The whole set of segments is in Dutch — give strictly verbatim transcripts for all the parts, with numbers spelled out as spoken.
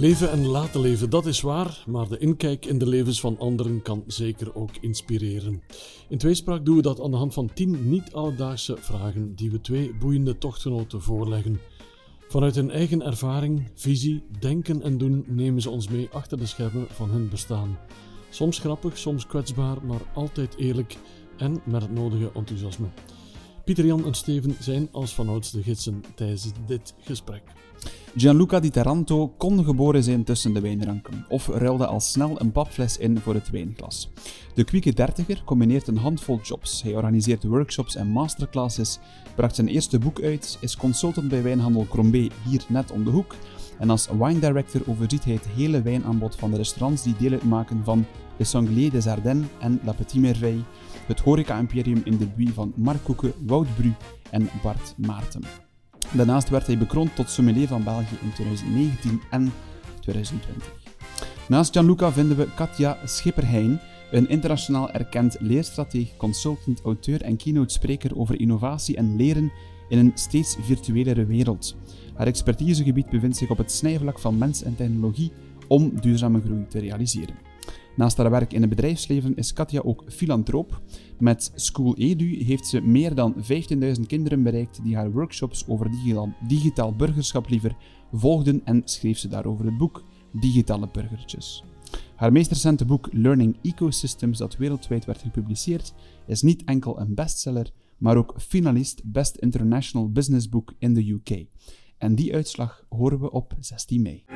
Leven en laten leven, dat is waar, maar de inkijk in de levens van anderen kan zeker ook inspireren. In Tweespraak doen we dat aan de hand van tien niet-alledaagse vragen die we twee boeiende tochtgenoten voorleggen. Vanuit hun eigen ervaring, visie, denken en doen nemen ze ons mee achter de schermen van hun bestaan. Soms grappig, soms kwetsbaar, maar altijd eerlijk en met het nodige enthousiasme. Pieter, Jan en Steven zijn als vanouds de gidsen tijdens dit gesprek. Gianluca Di Taranto kon geboren zijn tussen de wijnranken, of ruilde al snel een papfles in voor het wijnglas. De kwieke dertiger combineert een handvol jobs. Hij organiseert workshops en masterclasses, bracht zijn eerste boek uit, is consultant bij wijnhandel Crombé hier net om de hoek, en als wine director overziet hij het hele wijnaanbod van de restaurants die deel uitmaken van Le Sanglier des Ardennes en La Petite Merveille, het horeca-imperium in de buurt van Marc Koeke, Wout Bru en Bart Maarten. Daarnaast werd hij bekroond tot sommelier van België in twintig negentien en twintig twintig. Naast Gianluca vinden we Katja Schipperheijn, een internationaal erkend leerstrateeg, consultant, auteur en keynote-spreker over innovatie en leren in een steeds virtuelere wereld. Haar expertisegebied bevindt zich op het snijvlak van mens en technologie om duurzame groei te realiseren. Naast haar werk in het bedrijfsleven is Katja ook filantroop. Met School Edu heeft ze meer dan vijftienduizend kinderen bereikt die haar workshops over digitaal, digitaal burgerschap liever volgden en schreef ze daarover het boek Digitale Burgertjes. Haar meest recente boek Learning Ecosystems, dat wereldwijd werd gepubliceerd, is niet enkel een bestseller, maar ook finalist Best International Business Book in de U K. En die uitslag horen we op zestien mei.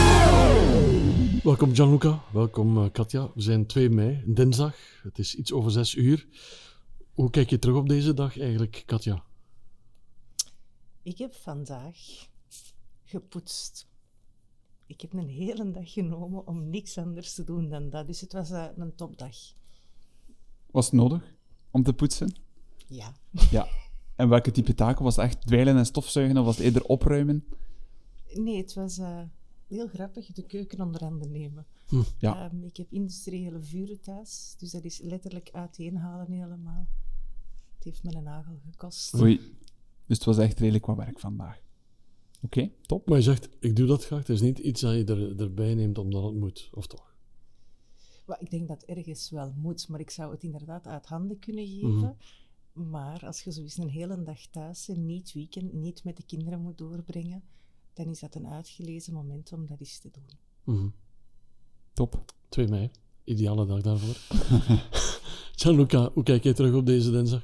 Welkom Gianluca, welkom uh, Katja. We zijn twee mei, dinsdag. Het is iets over zes uur. Hoe kijk je terug op deze dag eigenlijk, Katja? Ik heb vandaag gepoetst. Ik heb een hele dag genomen om niks anders te doen dan dat. Dus het was uh, een topdag. Was het nodig om te poetsen? Ja. Ja. En welke type taken? Was het echt dweilen en stofzuigen of was het eerder opruimen? Nee, het was uh, heel grappig de keuken onder handen nemen. Hm, ja. Um, ik heb industriële vuren thuis, dus dat is letterlijk uiteenhalen helemaal. Het heeft me een nagel gekost. Oei. Dus het was echt redelijk wat werk vandaag. Oké, okay, top. Maar je zegt, ik doe dat graag. Het is niet iets dat je er, erbij neemt omdat het moet, of toch? Well, ik denk dat het ergens wel moet, maar ik zou het inderdaad uit handen kunnen geven. Mm-hmm. Maar als je zo eens een hele dag thuis en niet weekend, niet met de kinderen moet doorbrengen, dan is dat een uitgelezen moment om dat eens te doen. Mm-hmm. Top. twee mei, ideale dag daarvoor. Gianluca, hoe kijk jij terug op deze dinsdag?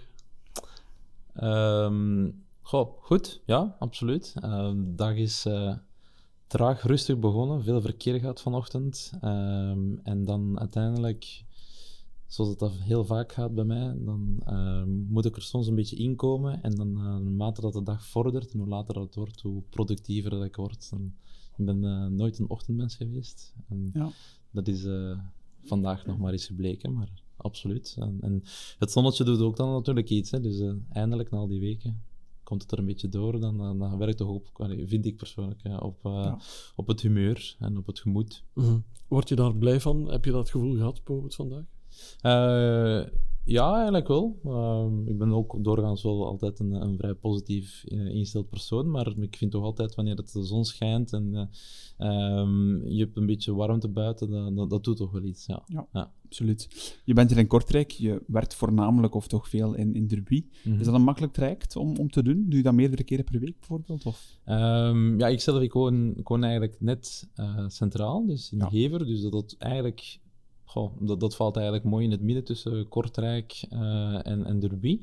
Um, goh, goed, ja, absoluut. Uh, de dag is uh, traag rustig begonnen, veel verkeer gehad vanochtend. Um, en dan uiteindelijk, zoals het dat heel vaak gaat bij mij, dan uh, moet ik er soms een beetje inkomen. En dan, uh, naarmate dat de dag vordert en hoe later dat wordt, hoe productiever dat ik word. En ik ben uh, nooit een ochtendmens geweest. En ja. Dat is uh, vandaag nog maar eens gebleken, maar absoluut. En, en het zonnetje doet ook dan natuurlijk iets. Hè. Dus uh, eindelijk, na al die weken, komt het er een beetje door. Dan, dan, dan werkt het toch op, vind ik persoonlijk, ja, op, uh, ja. op het humeur en op het gemoed. Mm-hmm. Word je daar blij van? Heb je dat gevoel gehad bijvoorbeeld vandaag? Uh, ja, eigenlijk wel. Uh, ik ben ook doorgaans wel altijd een, een vrij positief uh, ingesteld persoon, maar ik vind toch altijd wanneer het de zon schijnt en uh, um, je hebt een beetje warmte buiten, dat, dat, dat doet toch wel iets. Ja. Ja, ja, absoluut. Je bent hier in Kortrijk, je werkt voornamelijk of toch veel in, in Derby. Mm-hmm. Is dat een makkelijk traject om, om te doen? Doe je dat meerdere keren per week bijvoorbeeld? Of? Um, ja, ik zelf ik woon, ik woon eigenlijk net uh, centraal, dus in ja. Gever, dus dat dat eigenlijk... Goh, dat, dat valt eigenlijk mooi in het midden tussen Kortrijk uh, en, en Derby.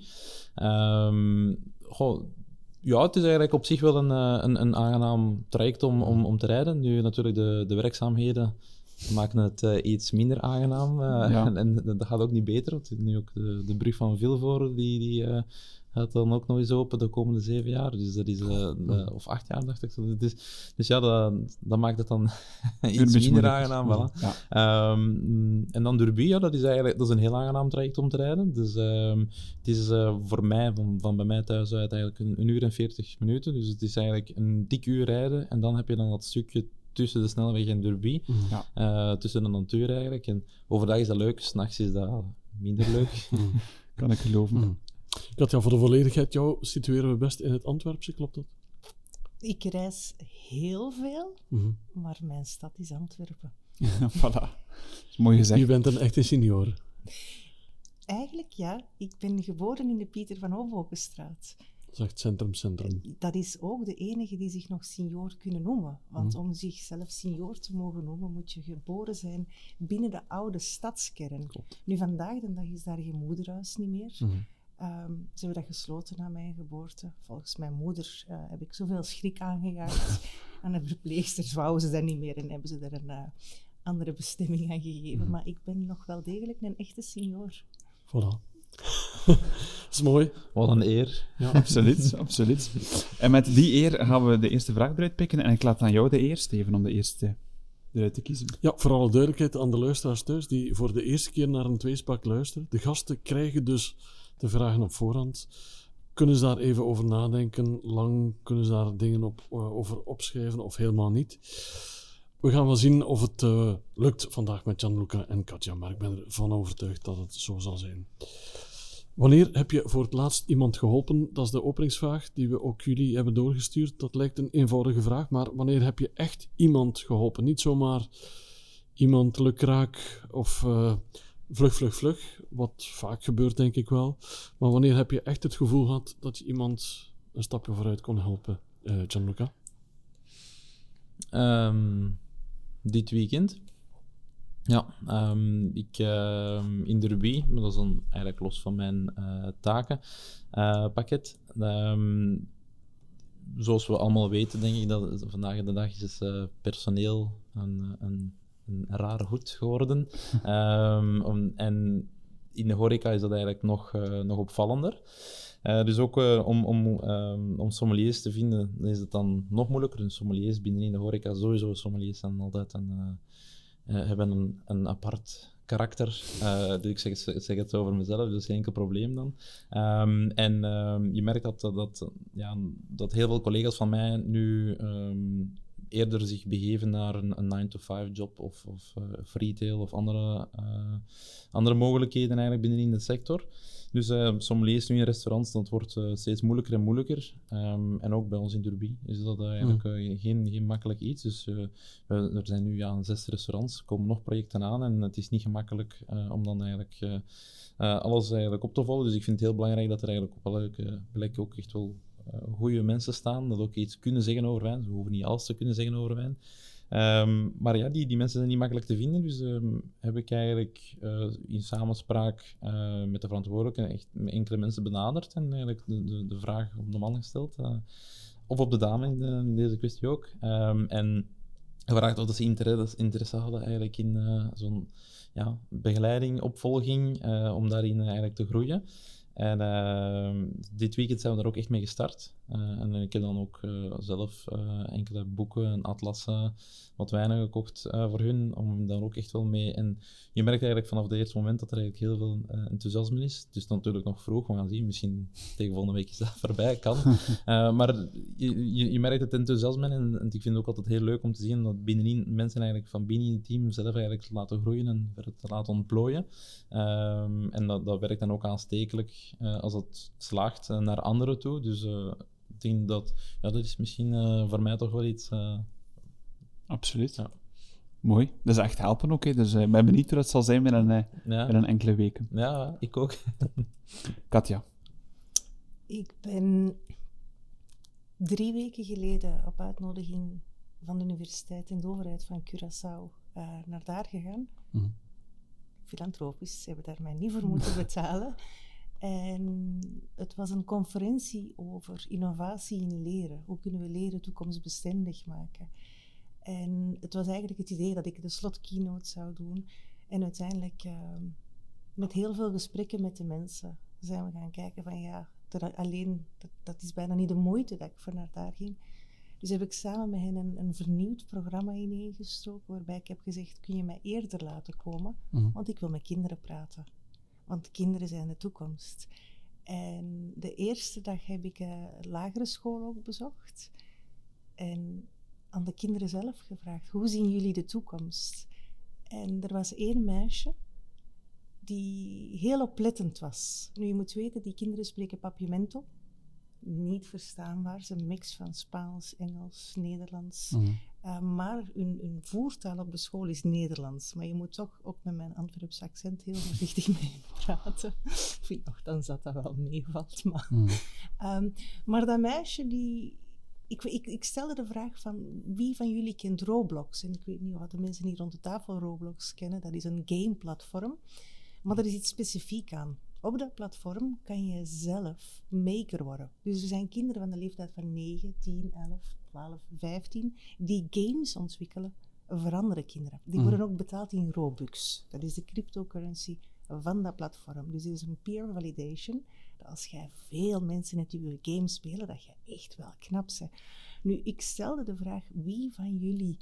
Um, goh, ja, het is eigenlijk op zich wel een, een, een aangenaam traject om, om, om te rijden. Nu natuurlijk de, de werkzaamheden maken het uh, iets minder aangenaam. Uh, ja. en, en dat gaat ook niet beter. Want nu ook de, de brug van Vilvoorde, die, die uh, gaat dan ook nog eens open de komende zeven jaar. Dus dat is, uh, de, of acht jaar dacht ik. Dus, dus ja, dat, dat maakt het dan iets minder aangenaam. Voilà. Ja. Um, en dan Derby, ja, dat is eigenlijk dat is een heel aangenaam traject om te rijden. Dus um, het is uh, voor mij, van, van bij mij thuis uit, eigenlijk een, een uur en veertig minuten. Dus het is eigenlijk een dik uur rijden. En dan heb je dan dat stukje tussen de snelweg en Derby. Ja. Uh, tussen de natuur eigenlijk. En overdag is dat leuk, 's nachts is dat minder leuk. Kan ik geloven. Mm. Katja, voor de volledigheid, jou situeren we best in het Antwerpse, klopt dat? Ik reis heel veel, Mm-hmm. maar mijn stad is Antwerpen. Voilà. Dat is mooi gezegd. Je bent een echte senior. Eigenlijk ja, ik ben geboren in de Pieter van Hobokenstraat. Zegt Centrum Centrum. Dat is ook de enige die zich nog senior kunnen noemen. Want Mm. om zichzelf senior te mogen noemen, moet je geboren zijn binnen de oude stadskern. Klopt. Nu, vandaag de dag is daar geen moederhuis niet meer. Mm-hmm. Um, ze hebben dat gesloten na mijn geboorte. Volgens mijn moeder uh, heb ik zoveel schrik aangejaagd. Aan de verpleegsters wouden ze dat niet meer en hebben ze er een uh, andere bestemming aan gegeven. Mm-hmm. Maar ik ben nog wel degelijk een echte senior. Voilà. Dat is mooi. Wat een eer. Ja. Absoluut, absoluut. En met die eer gaan we de eerste vraag eruit pikken. En ik laat aan jou de eer, Steven, om de eerste eruit te kiezen. Ja, voor alle duidelijkheid aan de luisteraars thuis die voor de eerste keer naar een tweespak luisteren. De gasten krijgen dus de vragen op voorhand. Kunnen ze daar even over nadenken? Lang kunnen ze daar dingen op, uh, over opschrijven of helemaal niet? We gaan wel zien of het uh, lukt vandaag met Gianluca en Katja, maar ik ben ervan overtuigd dat het zo zal zijn. Wanneer heb je voor het laatst iemand geholpen? Dat is de openingsvraag die we ook jullie hebben doorgestuurd. Dat lijkt een eenvoudige vraag, maar wanneer heb je echt iemand geholpen? Niet zomaar iemand lukraak of uh, vlug, vlug, vlug, wat vaak gebeurt denk ik wel. Maar wanneer heb je echt het gevoel gehad dat je iemand een stapje vooruit kon helpen, uh, Gianluca? Um, dit weekend. Ja, um, ik uh, in Derby, maar dat is dan eigenlijk los van mijn uh, taken, uh, pakket. Um, zoals we allemaal weten, denk ik dat vandaag de dag is uh, personeel een, een, een rare hoed geworden. um, om, en in de horeca is dat eigenlijk nog, uh, nog opvallender. Uh, dus ook uh, om, om, um, om sommeliers te vinden, is het dan nog moeilijker. Dus sommeliers binnenin de horeca, sowieso sommeliers zijn altijd een... Uh, Uh, hebben een, een apart karakter. Uh, dus ik zeg, zeg het over mezelf, dus geen enkel probleem dan. Um, en um, je merkt dat, dat, ja, dat heel veel collega's van mij nu um, eerder zich begeven naar een, een nine to five job of, of, uh, of retail of andere, uh, andere mogelijkheden eigenlijk binnenin de sector. Dus uh, sommeliers nu in restaurants, dat wordt uh, steeds moeilijker en moeilijker. Um, en ook bij ons in Derby is dat uh, eigenlijk uh, geen, geen makkelijk iets. Dus uh, we, er zijn nu ja, zes restaurants, er komen nog projecten aan en het is niet gemakkelijk uh, om dan eigenlijk uh, uh, alles eigenlijk op te volgen. Dus ik vind het heel belangrijk dat er eigenlijk op elke plek ook echt wel uh, goede mensen staan, dat ook iets kunnen zeggen over wijn. Ze hoeven niet alles te kunnen zeggen over wijn. Um, maar ja, die, die mensen zijn niet makkelijk te vinden, dus um, heb ik eigenlijk uh, in samenspraak uh, met de verantwoordelijke echt enkele mensen benaderd en eigenlijk de, de, de vraag op de man gesteld, uh, of op de dame in, de, in deze kwestie ook. Um, en gevraagd of ze interesse, interesse hadden eigenlijk in uh, zo'n ja, begeleiding, opvolging, uh, om daarin eigenlijk te groeien. En uh, dit weekend zijn we daar ook echt mee gestart. Uh, en ik heb dan ook uh, zelf uh, enkele boeken en atlassen, wat wijnen gekocht uh, voor hun, om daar ook echt wel mee. En je merkt eigenlijk vanaf het eerste moment dat er eigenlijk heel veel uh, enthousiasme is. Het is natuurlijk nog vroeg, we gaan zien, misschien tegen volgende week is dat voorbij, kan. Uh, maar je, je, je merkt het enthousiasme en, en ik vind het ook altijd heel leuk om te zien dat binnenin mensen eigenlijk van binnen het team zelf eigenlijk laten groeien en verder te laten ontplooien. Um, en dat, dat werkt dan ook aanstekelijk uh, als het slaagt uh, naar anderen toe. Dus uh, ik denk dat, ja, dat is misschien uh, voor mij toch wel iets... Uh... Absoluut. Ja. Mooi. Dat is echt helpen ook. Hè. Dus uh, ik ben benieuwd hoe dat zal zijn binnen, uh, ja. binnen enkele weken. Ja, ik ook. Katja. Ik ben drie weken geleden op uitnodiging van de universiteit en de overheid van Curaçao uh, naar daar gegaan. Mm. Filantropisch, ze hebben daar mij niet voor moeten betalen. En het was een conferentie over innovatie in leren. Hoe kunnen we leren toekomstbestendig maken? En het was eigenlijk het idee dat ik de slotkeynote zou doen. En uiteindelijk, uh, met heel veel gesprekken met de mensen, zijn we gaan kijken van ja, dat alleen, dat, dat is bijna niet de moeite dat ik voor naar daar ging. Dus heb ik samen met hen een, een vernieuwd programma ineengestoken, waarbij ik heb gezegd, kun je mij eerder laten komen? Mm-hmm. Want ik wil met kinderen praten. Want kinderen zijn de toekomst. En de eerste dag heb ik een lagere school ook bezocht. En aan de kinderen zelf gevraagd, hoe zien jullie de toekomst? En er was één meisje die heel oplettend was. Nu, je moet weten, die kinderen spreken Papiamento. niet verstaanbaar. Het is een mix van Spaans, Engels, Nederlands. Mm. Uh, maar hun, hun voertaal op de school is Nederlands. Maar je moet toch ook met mijn Antwerpse accent heel voorzichtig mee praten. Ik vind nogthans dat dat wel meevalt. Maar, Mm. um, maar dat meisje die... Ik, ik, ik stelde de vraag van wie van jullie kent Roblox? En ik weet niet wat de mensen hier rond de tafel Roblox kennen. Dat is een gameplatform. Maar er is iets specifiek aan. Op dat platform kan je zelf maker worden. Dus er zijn kinderen van de leeftijd van negen, tien, elf, twaalf, vijftien die games ontwikkelen voor andere kinderen. Die Mm. worden ook betaald in Robux. Dat is de cryptocurrency van dat platform. Dus dit is een peer validation. Dat als jij veel mensen hebt die willen games spelen, dat je echt wel knap bent. Nu, ik stelde de vraag, wie van jullie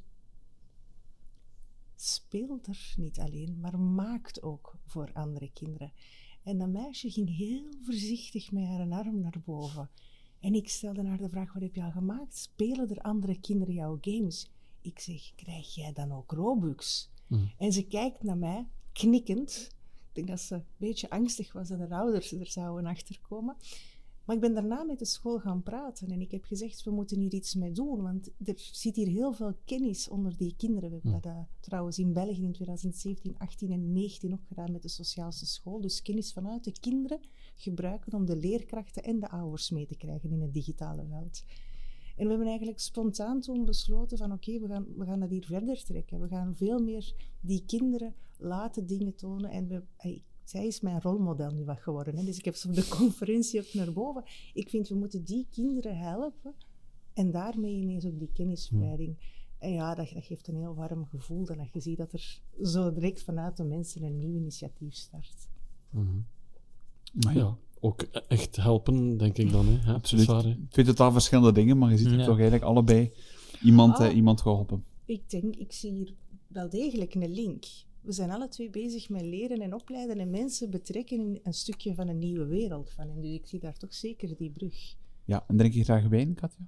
speelt er niet alleen, maar maakt ook voor andere kinderen? En dat meisje ging heel voorzichtig met haar arm naar boven. En ik stelde haar de vraag, wat heb je al gemaakt? Spelen er andere kinderen jouw games? Ik zeg, krijg jij dan ook Robux? Mm. En ze kijkt naar mij, knikkend. Ik denk dat ze een beetje angstig was dat haar ouders er zouden achterkomen. Maar ik ben daarna met de school gaan praten en ik heb gezegd, we moeten hier iets mee doen, want er zit hier heel veel kennis onder die kinderen. We hebben Mm. dat uh, trouwens in België in twintig zeventien, achttien en negentien ook gedaan met de sociaalste school. Dus kennis vanuit de kinderen gebruiken om de leerkrachten en de ouders mee te krijgen in het digitale veld. En we hebben eigenlijk spontaan toen besloten van oké, okay, we, gaan, we gaan dat hier verder trekken. We gaan veel meer die kinderen laten dingen tonen en we... Hey, zij is mijn rolmodel nu wat geworden. Hè. Dus ik heb ze op de conferentie ook naar boven. Ik vind, we moeten die kinderen helpen. En daarmee ineens ook die kennisverspreiding. Hmm. En ja, dat, dat geeft een heel warm gevoel. Dan dat je ziet dat er zo direct vanuit de mensen een nieuw initiatief start. Mm-hmm. Maar ja, Ja, ook echt helpen, denk ik dan. Hè? Ja, absoluut. dat is waar, hè. Twee totaal verschillende dingen, maar je ziet er Ja. toch eigenlijk allebei iemand, Ah. eh, iemand geholpen. Ik denk, ik zie hier wel degelijk een link. We zijn alle twee bezig met leren en opleiden en mensen betrekken in een stukje van een nieuwe wereld van. En dus ik zie daar toch zeker die brug. Ja, en drink je graag wijn, Katja?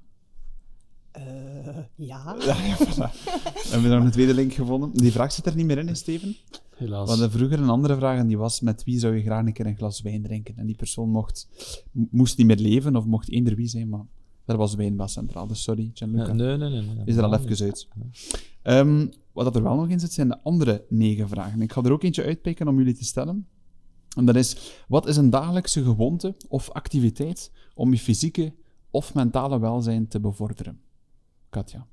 Uh, ja. Ja, ja, voilà. Hebben we nog een tweede link gevonden? Die vraag zit er niet meer in, hè, Steven? Helaas. We hadden vroeger een andere vraag en die was met wie zou je graag een keer een glas wijn drinken? En die persoon mocht, m- moest niet meer leven of mocht eender wie zijn, maar daar was wijn wel centraal. Dus sorry, Gianluca. Nee, nee, nee. nee Is er al nee. even uit. Um, wat dat er wel nog in zit, zijn de andere negen vragen. Ik ga er ook eentje uitpikken om jullie te stellen. En dat is, wat is een dagelijkse gewoonte of activiteit om je fysieke of mentale welzijn te bevorderen? Katja.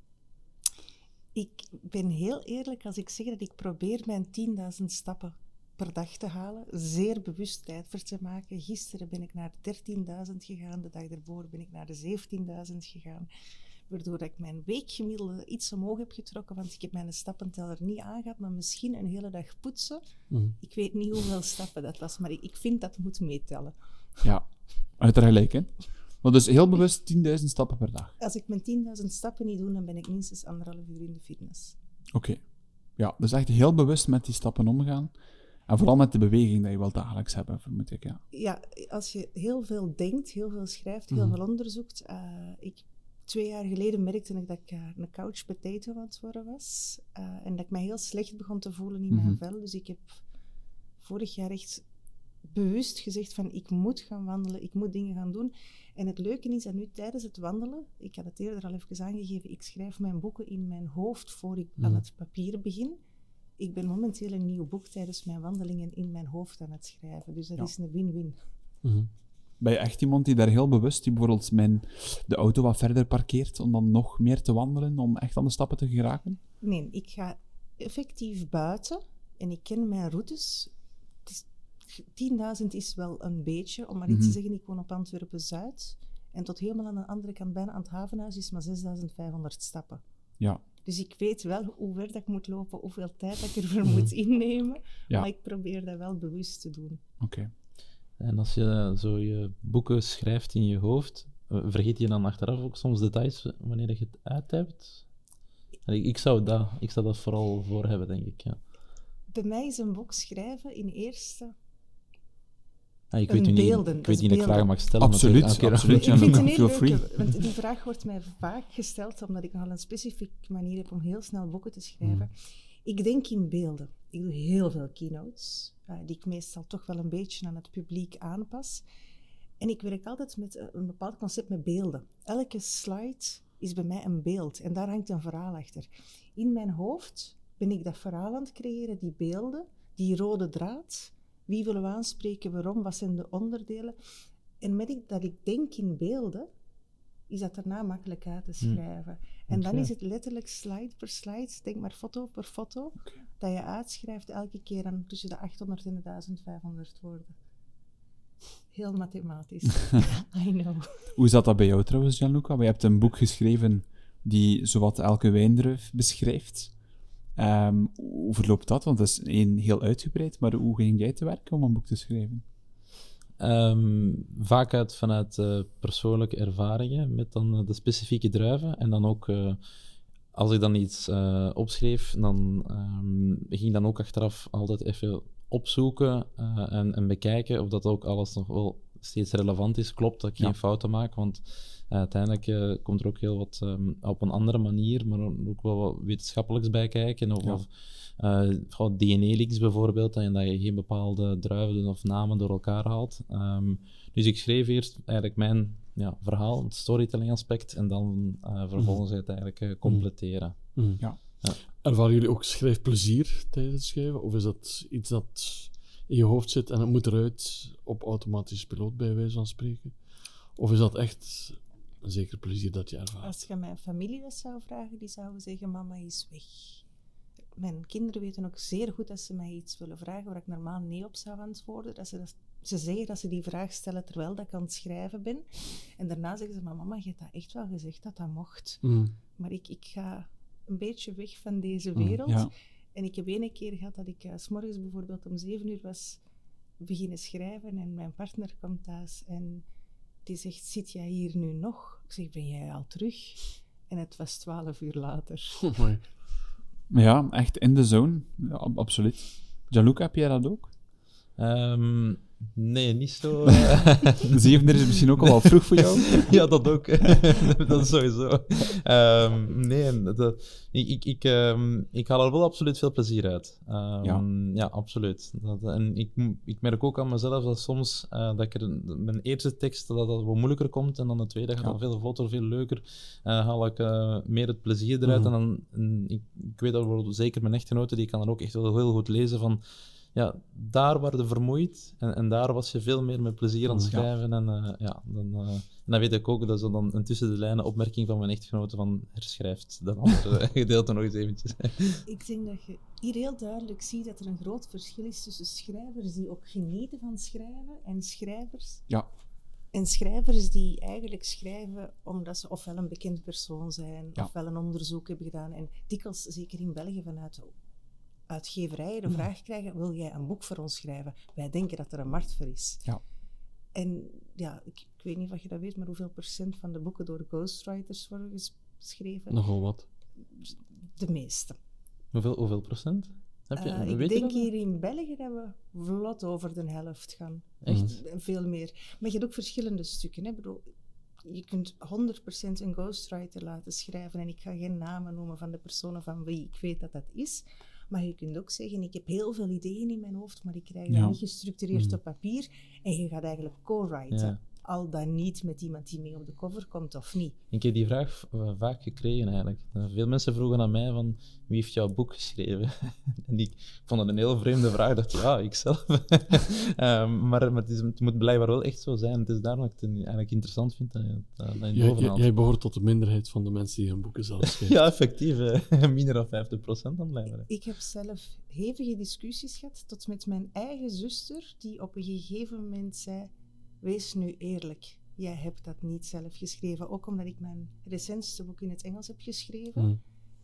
Ik ben heel eerlijk als ik zeg dat ik probeer mijn tienduizend stappen per dag te halen. Zeer bewust tijd voor te maken. Gisteren ben ik naar dertienduizend gegaan. De dag ervoor ben ik naar de zeventienduizend gegaan. Waardoor ik mijn weekgemiddelde iets omhoog heb getrokken, want ik heb mijn stappenteller niet aangehad, maar misschien een hele dag poetsen. Mm. Ik weet niet hoeveel stappen dat was, maar ik, ik vind dat moet meetellen. Ja, uiteraard gelijk, hè. Maar dus heel bewust tienduizend stappen per dag. Als ik mijn tienduizend stappen niet doe, dan ben ik minstens anderhalf uur in de fitness. Oké. Okay. Ja, dus echt heel bewust met die stappen omgaan. En vooral met de beweging die je wel dagelijks hebt, vermoed ik, ja. Ja, als je heel veel denkt, heel veel schrijft, heel Mhm. veel onderzoekt. Uh, ik, twee jaar geleden merkte ik dat ik uh, een couch potato aan het worden was. Uh, en dat ik mij heel slecht begon te voelen in Mhm. mijn vel. Dus ik heb vorig jaar echt bewust gezegd van ik moet gaan wandelen, ik moet dingen gaan doen. En het leuke is dat nu tijdens het wandelen, ik had het eerder al even aangegeven, ik schrijf mijn boeken in mijn hoofd voor ik Mhm. aan het papier begin. Ik ben momenteel een nieuw boek tijdens mijn wandelingen in mijn hoofd aan het schrijven. Dus dat Ja. is een win-win. Mm-hmm. Ben je echt iemand die daar heel bewust, die bijvoorbeeld mijn, de auto wat verder parkeert, om dan nog meer te wandelen, om echt aan de stappen te geraken? Nee, ik ga effectief buiten en ik ken mijn routes. Het is, tienduizend is wel een beetje, om maar iets Mhm. te zeggen, ik woon op Antwerpen-Zuid. En tot helemaal aan de andere kant, bijna aan het havenhuis, is maar zesduizend vijfhonderd stappen. Ja. Dus ik weet wel hoe ver dat ik moet lopen, hoeveel tijd dat ik ervoor moet innemen. Ja. Maar ik probeer dat wel bewust te doen. Oké. Okay. En als je zo je boeken schrijft in je hoofd, vergeet je dan achteraf ook soms details wanneer je het uit hebt? Ik, ik, zou dat, ik zou dat vooral voor hebben, denk ik. Ja. Bij mij is een boek schrijven in eerste... Ah, ik Een weet nu niet, beelden, ik dat weet is niet of ik beelden. vragen mag stellen. Absoluut, natuurlijk. absoluut. Ik vind het een Feel heel free. leuke, want die vraag wordt mij vaak gesteld, omdat ik nogal een specifieke manier heb om heel snel boeken te schrijven. Mm. Ik denk in beelden. Ik doe heel veel keynotes, uh, die ik meestal toch wel een beetje aan het publiek aanpas. En ik werk altijd met een bepaald concept met beelden. Elke slide is bij mij een beeld en daar hangt een verhaal achter. In mijn hoofd ben ik dat verhaal aan het creëren, die beelden, die rode draad. Wie willen we aanspreken, waarom, wat zijn de onderdelen? En met ik, dat ik denk in beelden, is dat daarna makkelijk uit te schrijven. Hmm. En okay. dan is het letterlijk slide per slide, denk maar foto per foto, okay. dat je uitschrijft elke keer aan tussen de achthonderd en de duizendvijfhonderd woorden. Heel mathematisch. I know. Hoe zat dat bij jou trouwens, Gianluca? Je hebt een boek geschreven die zowat elke wijndruif beschrijft. Um, hoe verloopt dat? Want dat is één heel uitgebreid, maar hoe ging jij te werk om een boek te schrijven? Um, vaak uit vanuit uh, persoonlijke ervaringen met dan uh, de specifieke druiven. En dan ook, uh, als ik dan iets uh, opschreef, dan um, ging dan ook achteraf altijd even opzoeken uh, en, en bekijken of dat ook alles nog wel steeds relevant is. Klopt, dat ik geen ja. fouten maak, want uh, uiteindelijk uh, komt er ook heel wat um, op een andere manier, maar ook wel wat wetenschappelijks bij kijken. Of, ja. of uh, D N A-leaks bijvoorbeeld, en dat je geen bepaalde druiven of namen door elkaar haalt. Um, dus ik schreef eerst eigenlijk mijn ja, verhaal, het storytelling aspect, en dan uh, vervolgens mm. het eigenlijk uh, completeren. Mm. Ja. Ja. Ervaren jullie ook schrijfplezier tijdens het schrijven? Of is dat iets dat in je hoofd zit en het moet eruit op automatische piloot, bij wijze van spreken? Of is dat echt een zeker plezier dat je ervaart? Als je mijn familie dat zou vragen, die zouden zeggen, mama is weg. Mijn kinderen weten ook zeer goed dat ze mij iets willen vragen waar ik normaal nee op zou antwoorden. Dat ze, dat, ze zeggen dat ze die vraag stellen terwijl dat ik aan het schrijven ben. En daarna zeggen ze, maar mama, je hebt dat echt wel gezegd dat dat mocht. Mm. Maar ik, ik ga een beetje weg van deze wereld. Mm, ja. En ik heb ene keer gehad dat ik uh, 's morgens bijvoorbeeld om zeven uur was beginnen schrijven en mijn partner komt thuis en die zegt, zit jij hier nu nog? Ik zeg, ben jij al terug? En het was twaalf uur later. Oh, mooi. Ja, echt in de zone. Ja, absoluut. Gianluca, heb jij dat ook? Um, nee, niet zo. Zeven uur is misschien ook al wel vroeg voor jou. Ja, dat ook. Dat is sowieso. Um, nee, dat, ik, ik, ik, um, ik haal er wel absoluut veel plezier uit. Um, ja. ja, absoluut. Dat, en ik, ik merk ook aan mezelf dat soms uh, dat ik er, mijn eerste tekst dat dat wat moeilijker komt en dan de tweede gaat ja. dan veel vlotter, veel leuker. Uh, haal ik uh, meer het plezier eruit. Mm. En dan, en ik, ik weet dat zeker mijn echtgenote, die kan dan ook echt wel heel goed lezen van ja, daar waren we vermoeid en, en daar was je veel meer met plezier aan het schrijven. Ja. En, uh, ja, dan, uh, en dan weet ik ook dat ze dan een tussen de lijnen opmerking van mijn echtgenote van herschrijft dat andere gedeelte nog eens eventjes. Ik denk dat je hier heel duidelijk ziet dat er een groot verschil is tussen schrijvers die ook genieten van schrijven en schrijvers. Ja. En schrijvers die eigenlijk schrijven omdat ze ofwel een bekend persoon zijn, ja. ofwel een onderzoek hebben gedaan. En dikwijls, zeker in België, vanuit uitgeverijen de vraag krijgen, wil jij een boek voor ons schrijven? Wij denken dat er een markt voor is. Ja. En ja, ik, ik weet niet of je dat weet, maar hoeveel procent van de boeken door ghostwriters worden geschreven? Nogal wat. De meeste. Hoeveel, hoeveel procent? Heb je, uh, ik denk hier in België dat we vlot over de helft gaan. Echt? Veel meer. Maar je hebt ook verschillende stukken. Hè? Ik bedoel, je kunt honderd procent een ghostwriter laten schrijven en ik ga geen namen noemen van de personen van wie ik weet dat dat is. Maar je kunt ook zeggen, ik heb heel veel ideeën in mijn hoofd, maar ik krijg ja. dat niet gestructureerd mm. op papier. En je gaat eigenlijk co-writen. Ja. Al dan niet met iemand die mee op de cover komt of niet. Ik heb die vraag uh, vaak gekregen eigenlijk. Uh, veel mensen vroegen aan mij van, wie heeft jouw boek geschreven? En ik vond het een heel vreemde vraag. Ik dacht, ja, ikzelf. um, maar maar het, is, het moet blijkbaar wel echt zo zijn. Het is daarom dat ik het eigenlijk interessant vind dat je dat in ja, jij, jij behoort tot de minderheid van de mensen die hun boeken zelf schrijven. Ja, effectief. Minder dan vijftig procent dan blijkbaar. Ik heb zelf hevige discussies gehad tot met mijn eigen zuster, die op een gegeven moment zei, wees nu eerlijk, jij hebt dat niet zelf geschreven. Ook omdat ik mijn recentste boek in het Engels heb geschreven. Mm.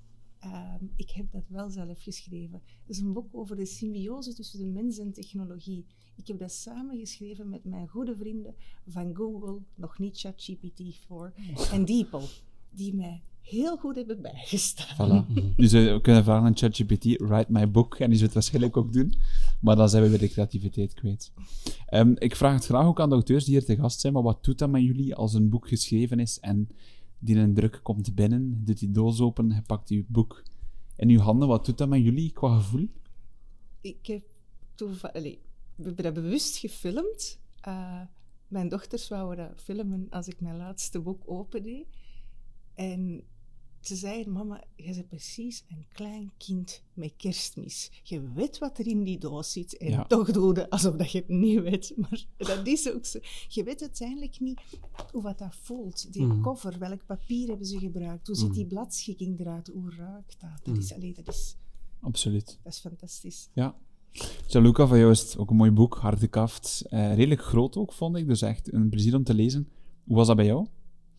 Um, ik heb dat wel zelf geschreven. Het is een boek over de symbiose tussen de mens en technologie. Ik heb dat samen geschreven met mijn goede vrienden van Google, nog niet ChatGPT voor, en DeepL, die mij heel goed hebben bijgestaan. Voilà. Dus we kunnen vragen aan ChatGPT, write my book, en die zou het waarschijnlijk ook doen. Maar dan zijn we weer de creativiteit kwijt. Um, ik vraag het graag ook aan de auteurs die hier te gast zijn, maar wat doet dat met jullie als een boek geschreven is en die een druk komt binnen, doet die doos open, je pakt je boek in je handen, wat doet dat met jullie qua gevoel? Ik heb toevallig... We hebben dat bewust gefilmd. Uh, mijn dochters wouden dat filmen als ik mijn laatste boek opende. En ze zeiden, mama, je bent precies een klein kind met kerstmis. Je weet wat er in die doos zit en Ja. toch doe je alsof dat je het niet weet. Maar dat is ook zo. Je weet uiteindelijk niet hoe wat dat voelt. Die Mhm. cover, welk papier hebben ze gebruikt? Hoe Mhm. zit die bladschikking eruit? Hoe ruikt dat? Dat is, allee, dat is, Absoluut. dat is fantastisch. Ja. Gianluca, van jou is het ook een mooi boek, hardgekaft. Uh, redelijk groot ook, vond ik. Dus echt een plezier om te lezen. Hoe was dat bij jou?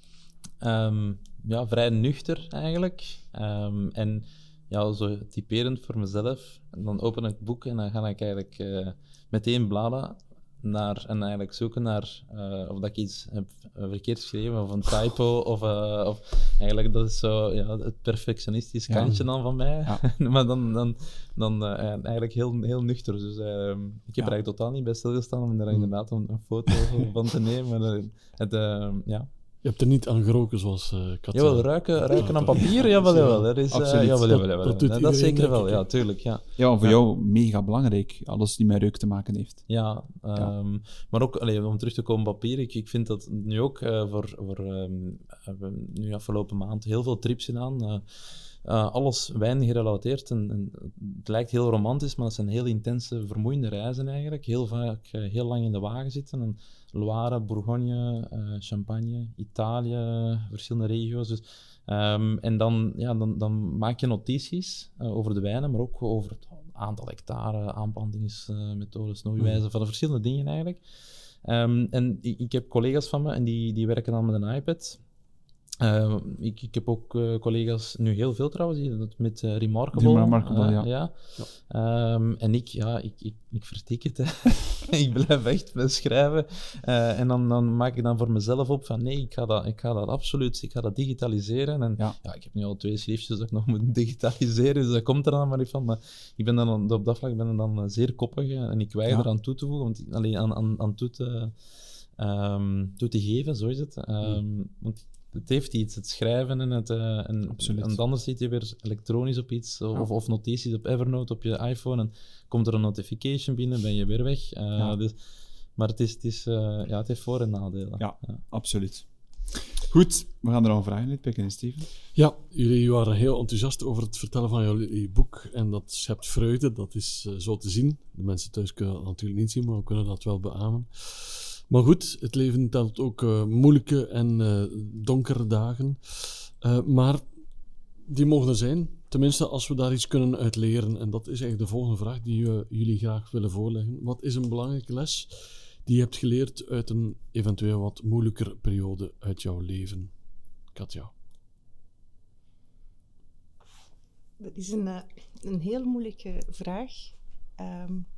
Um, ja, vrij nuchter eigenlijk. Um, en ja, zo typerend voor mezelf. En dan open ik het boek en dan ga ik eigenlijk uh, meteen bladeren naar, en eigenlijk zoeken naar uh, of dat ik iets heb verkeerd geschreven of een typo. of, uh, of eigenlijk, dat is zo ja, het perfectionistisch kantje ja. dan van mij. Ja. Maar dan, dan, dan uh, eigenlijk heel, heel nuchter. Dus uh, ik heb ja. er eigenlijk totaal niet bij stilgestaan om er inderdaad een, een foto van te nemen. Maar het, uh, ja. Je hebt er niet aan geroken zoals uh, Katja. Jawel, ruiken, ruiken ja, aan papier, jawel, jawel. Dat is, uh, absoluut. Jawel, jawel, jawel. Dat, dat, dat, dat zeker wel, ja, tuurlijk. Ja, ja voor ja. jou mega belangrijk, alles die met reuk te maken heeft. Ja, um, ja. maar ook, allee, om terug te komen op papier, ik, ik vind dat nu ook uh, voor, voor um, hebben nu afgelopen maand heel veel trips gedaan. Uh, Uh, alles wijn gerelateerd. En, en het lijkt heel romantisch, maar het zijn heel intense, vermoeiende reizen eigenlijk. Heel vaak uh, heel lang in de wagen zitten. En Loire, Bourgogne, uh, Champagne, Italië, verschillende regio's. Dus, um, en dan, ja, dan, dan maak je notities uh, over de wijnen, maar ook over het aantal hectare, aanplantingsmethodes, snoeiwijzen, mm. van de verschillende dingen eigenlijk. Um, en ik, ik heb collega's van me en die, die werken dan met een iPad. Uh, ik, ik heb ook uh, collega's, nu heel veel trouwens, die dat met uh, Remarkable. Remarkable, uh, ja. ja. ja. Um, en ik, ja, ik, ik, ik vertik het. Ik blijf echt schrijven. Uh, en dan, dan maak ik dan voor mezelf op van nee, ik ga dat, ik ga dat absoluut, ik ga dat digitaliseren. En ja. Ja, ik heb nu al twee schriftjes dat ik nog moet digitaliseren, dus dat komt er dan maar niet van. Maar ik ben dan, op dat vlak ben ik dan zeer koppig en ik weiger ja. aan toe te voegen, want, alleen aan, aan, aan toe, te, um, toe te geven, zo is het. Um, mm. Want het heeft iets, het schrijven en het... Uh, en, en anders zit je weer elektronisch op iets, of, ja. of notities op Evernote op je iPhone, en komt er een notification binnen, ben je weer weg. Uh, ja. dus, maar het, is, het, is, uh, ja, het heeft voor- en nadelen. Ja, ja, absoluut. Goed, we gaan er nog een vraag in uitpikken, Steven. Ja, jullie waren heel enthousiast over het vertellen van jullie boek, en dat schept vreugde, dat is uh, zo te zien. De mensen thuis kunnen dat natuurlijk niet zien, maar we kunnen dat wel beamen. Maar goed, het leven telt ook uh, moeilijke en uh, donkere dagen. Uh, maar die mogen er zijn, tenminste als we daar iets kunnen uit leren. En dat is eigenlijk de volgende vraag die we jullie graag willen voorleggen. Wat is een belangrijke les die je hebt geleerd uit een eventueel wat moeilijker periode uit jouw leven? Katja. Dat is een, uh, een heel moeilijke vraag. Um,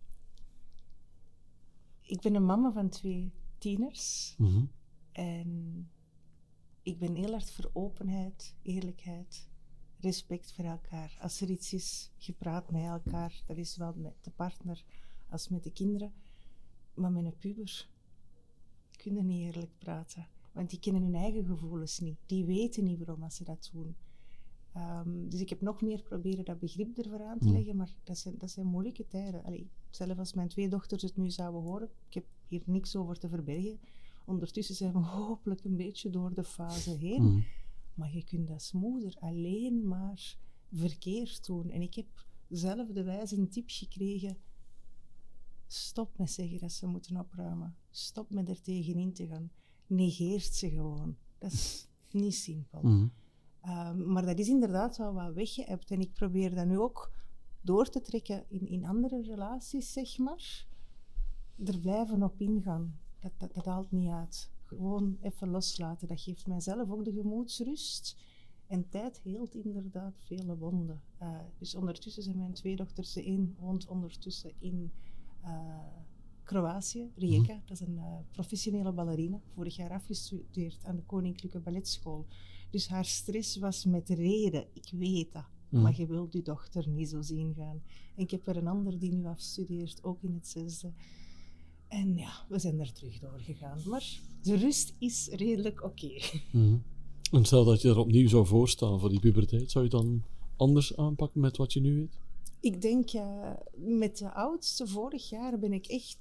Ik ben een mama van twee tieners. Mm-hmm. En ik ben heel hard voor openheid, eerlijkheid, respect voor elkaar. Als er iets is, je praat met elkaar. Dat is wel met de partner als met de kinderen. Maar met een puber kunnen niet eerlijk praten. Want die kennen hun eigen gevoelens niet. Die weten niet waarom als ze dat doen. Um, dus ik heb nog meer proberen dat begrip ervoor aan te leggen, maar dat zijn, dat zijn moeilijke tijden. Allee, zelfs als mijn twee dochters het nu zouden horen, ik heb hier niks over te verbergen. Ondertussen zijn we hopelijk een beetje door de fase heen. Mm. Maar je kunt als moeder alleen maar verkeerd doen. En ik heb zelf de wijze een tip gekregen. Stop met zeggen dat ze moeten opruimen. Stop met er tegenin te gaan. Negeert ze gewoon. Dat is niet simpel. Mm. Um, maar dat is inderdaad wel wat weggeëpt. En ik probeer dat nu ook door te trekken in, in andere relaties, zeg maar. Er blijven op ingaan. Dat, dat, dat haalt niet uit. Gewoon even loslaten. Dat geeft mijzelf ook de gemoedsrust. En tijd heelt inderdaad vele wonden. Uh, dus ondertussen zijn mijn twee dochters. De een woont ondertussen in uh, Kroatië. Rijeka, mm. dat is een uh, professionele ballerina. Vorig jaar afgestudeerd aan de Koninklijke Balletschool. Dus haar stress was met reden, ik weet dat. Mm. Maar je wilt je dochter niet zo zien gaan. En ik heb er een ander die nu afstudeert, ook in het zesde. En ja, we zijn er terug doorgegaan. Maar de rust is redelijk oké. Okay. Mm. En stel dat je er opnieuw zou voorstaan voor die puberteit, zou je dan anders aanpakken met wat je nu weet? Ik denk, uh, met de oudste vorig jaar ben ik echt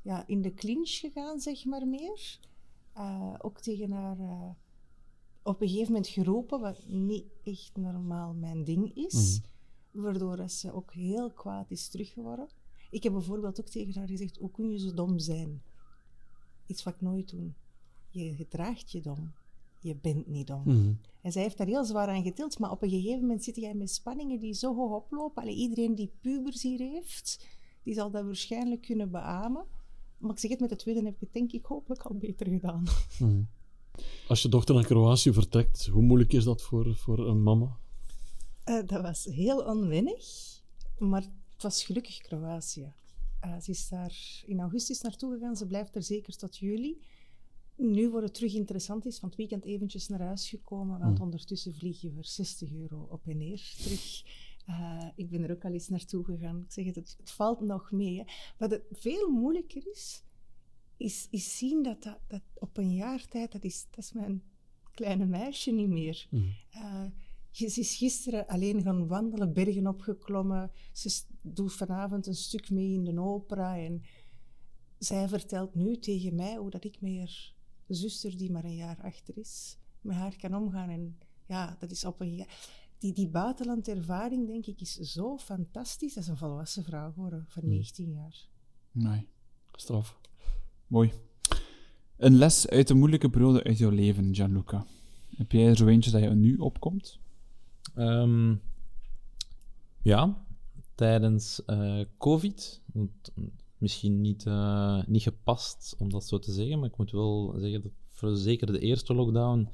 ja, in de clinch gegaan, zeg maar meer. Uh, ook tegen haar uh, op een gegeven moment geroepen, wat niet echt normaal mijn ding is. Mm. Waardoor ze ook heel kwaad is teruggeworden. Ik heb bijvoorbeeld ook tegen haar gezegd, hoe kun je zo dom zijn? Iets wat ik nooit doe. Je gedraagt je dom. Je bent niet dom. Mm. En zij heeft daar heel zwaar aan getild, maar op een gegeven moment zit jij met spanningen die zo hoog oplopen. Allee, iedereen die pubers hier heeft, die zal dat waarschijnlijk kunnen beamen. Maar ik zeg het, met de tweede heb ik het denk ik hopelijk al beter gedaan. Mm. Als je dochter naar Kroatië vertrekt, hoe moeilijk is dat voor, voor een mama? Uh, dat was heel onwennig, maar het was gelukkig Kroatië. Uh, ze is daar in augustus naartoe gegaan, ze blijft er zeker tot juli. Nu wordt het terug interessant is, van het weekend eventjes naar huis gekomen, want mm. ondertussen vlieg je voor zestig euro op en neer terug. Uh, ik ben er ook al eens naartoe gegaan. Ik zeg het, het, het valt nog mee. Hè. Wat het veel moeilijker is, is, is zien dat, dat, dat op een jaar tijd, dat is, dat is mijn kleine meisje niet meer. Mm. Uh, ze is gisteren alleen gaan wandelen, bergen opgeklommen. Ze doet vanavond een stuk mee in de opera. En zij vertelt nu tegen mij hoe dat ik met haar zuster, die maar een jaar achter is, met haar kan omgaan. En ja, dat is op een jaar... Die, die buitenlandervaring, denk ik, is zo fantastisch. Dat is een volwassen vrouw geworden van negentien jaar. Nee. Straf. Mooi. Een les uit de moeilijke periode uit jouw leven, Gianluca. Heb jij er zo eentje dat je nu opkomt? Um, ja, tijdens uh, COVID. Misschien niet, uh, niet gepast om dat zo te zeggen, maar ik moet wel zeggen dat voor zeker de eerste lockdown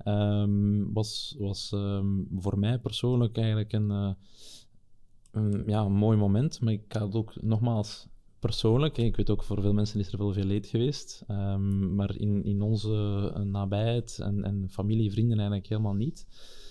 um, was, was um, voor mij persoonlijk eigenlijk een, uh, een, ja, een mooi moment. Maar ik ga het ook nogmaals persoonlijk, hè, ik weet ook voor veel mensen is er wel veel leed geweest, um, maar in, in onze nabijheid en, en familie, vrienden eigenlijk helemaal niet.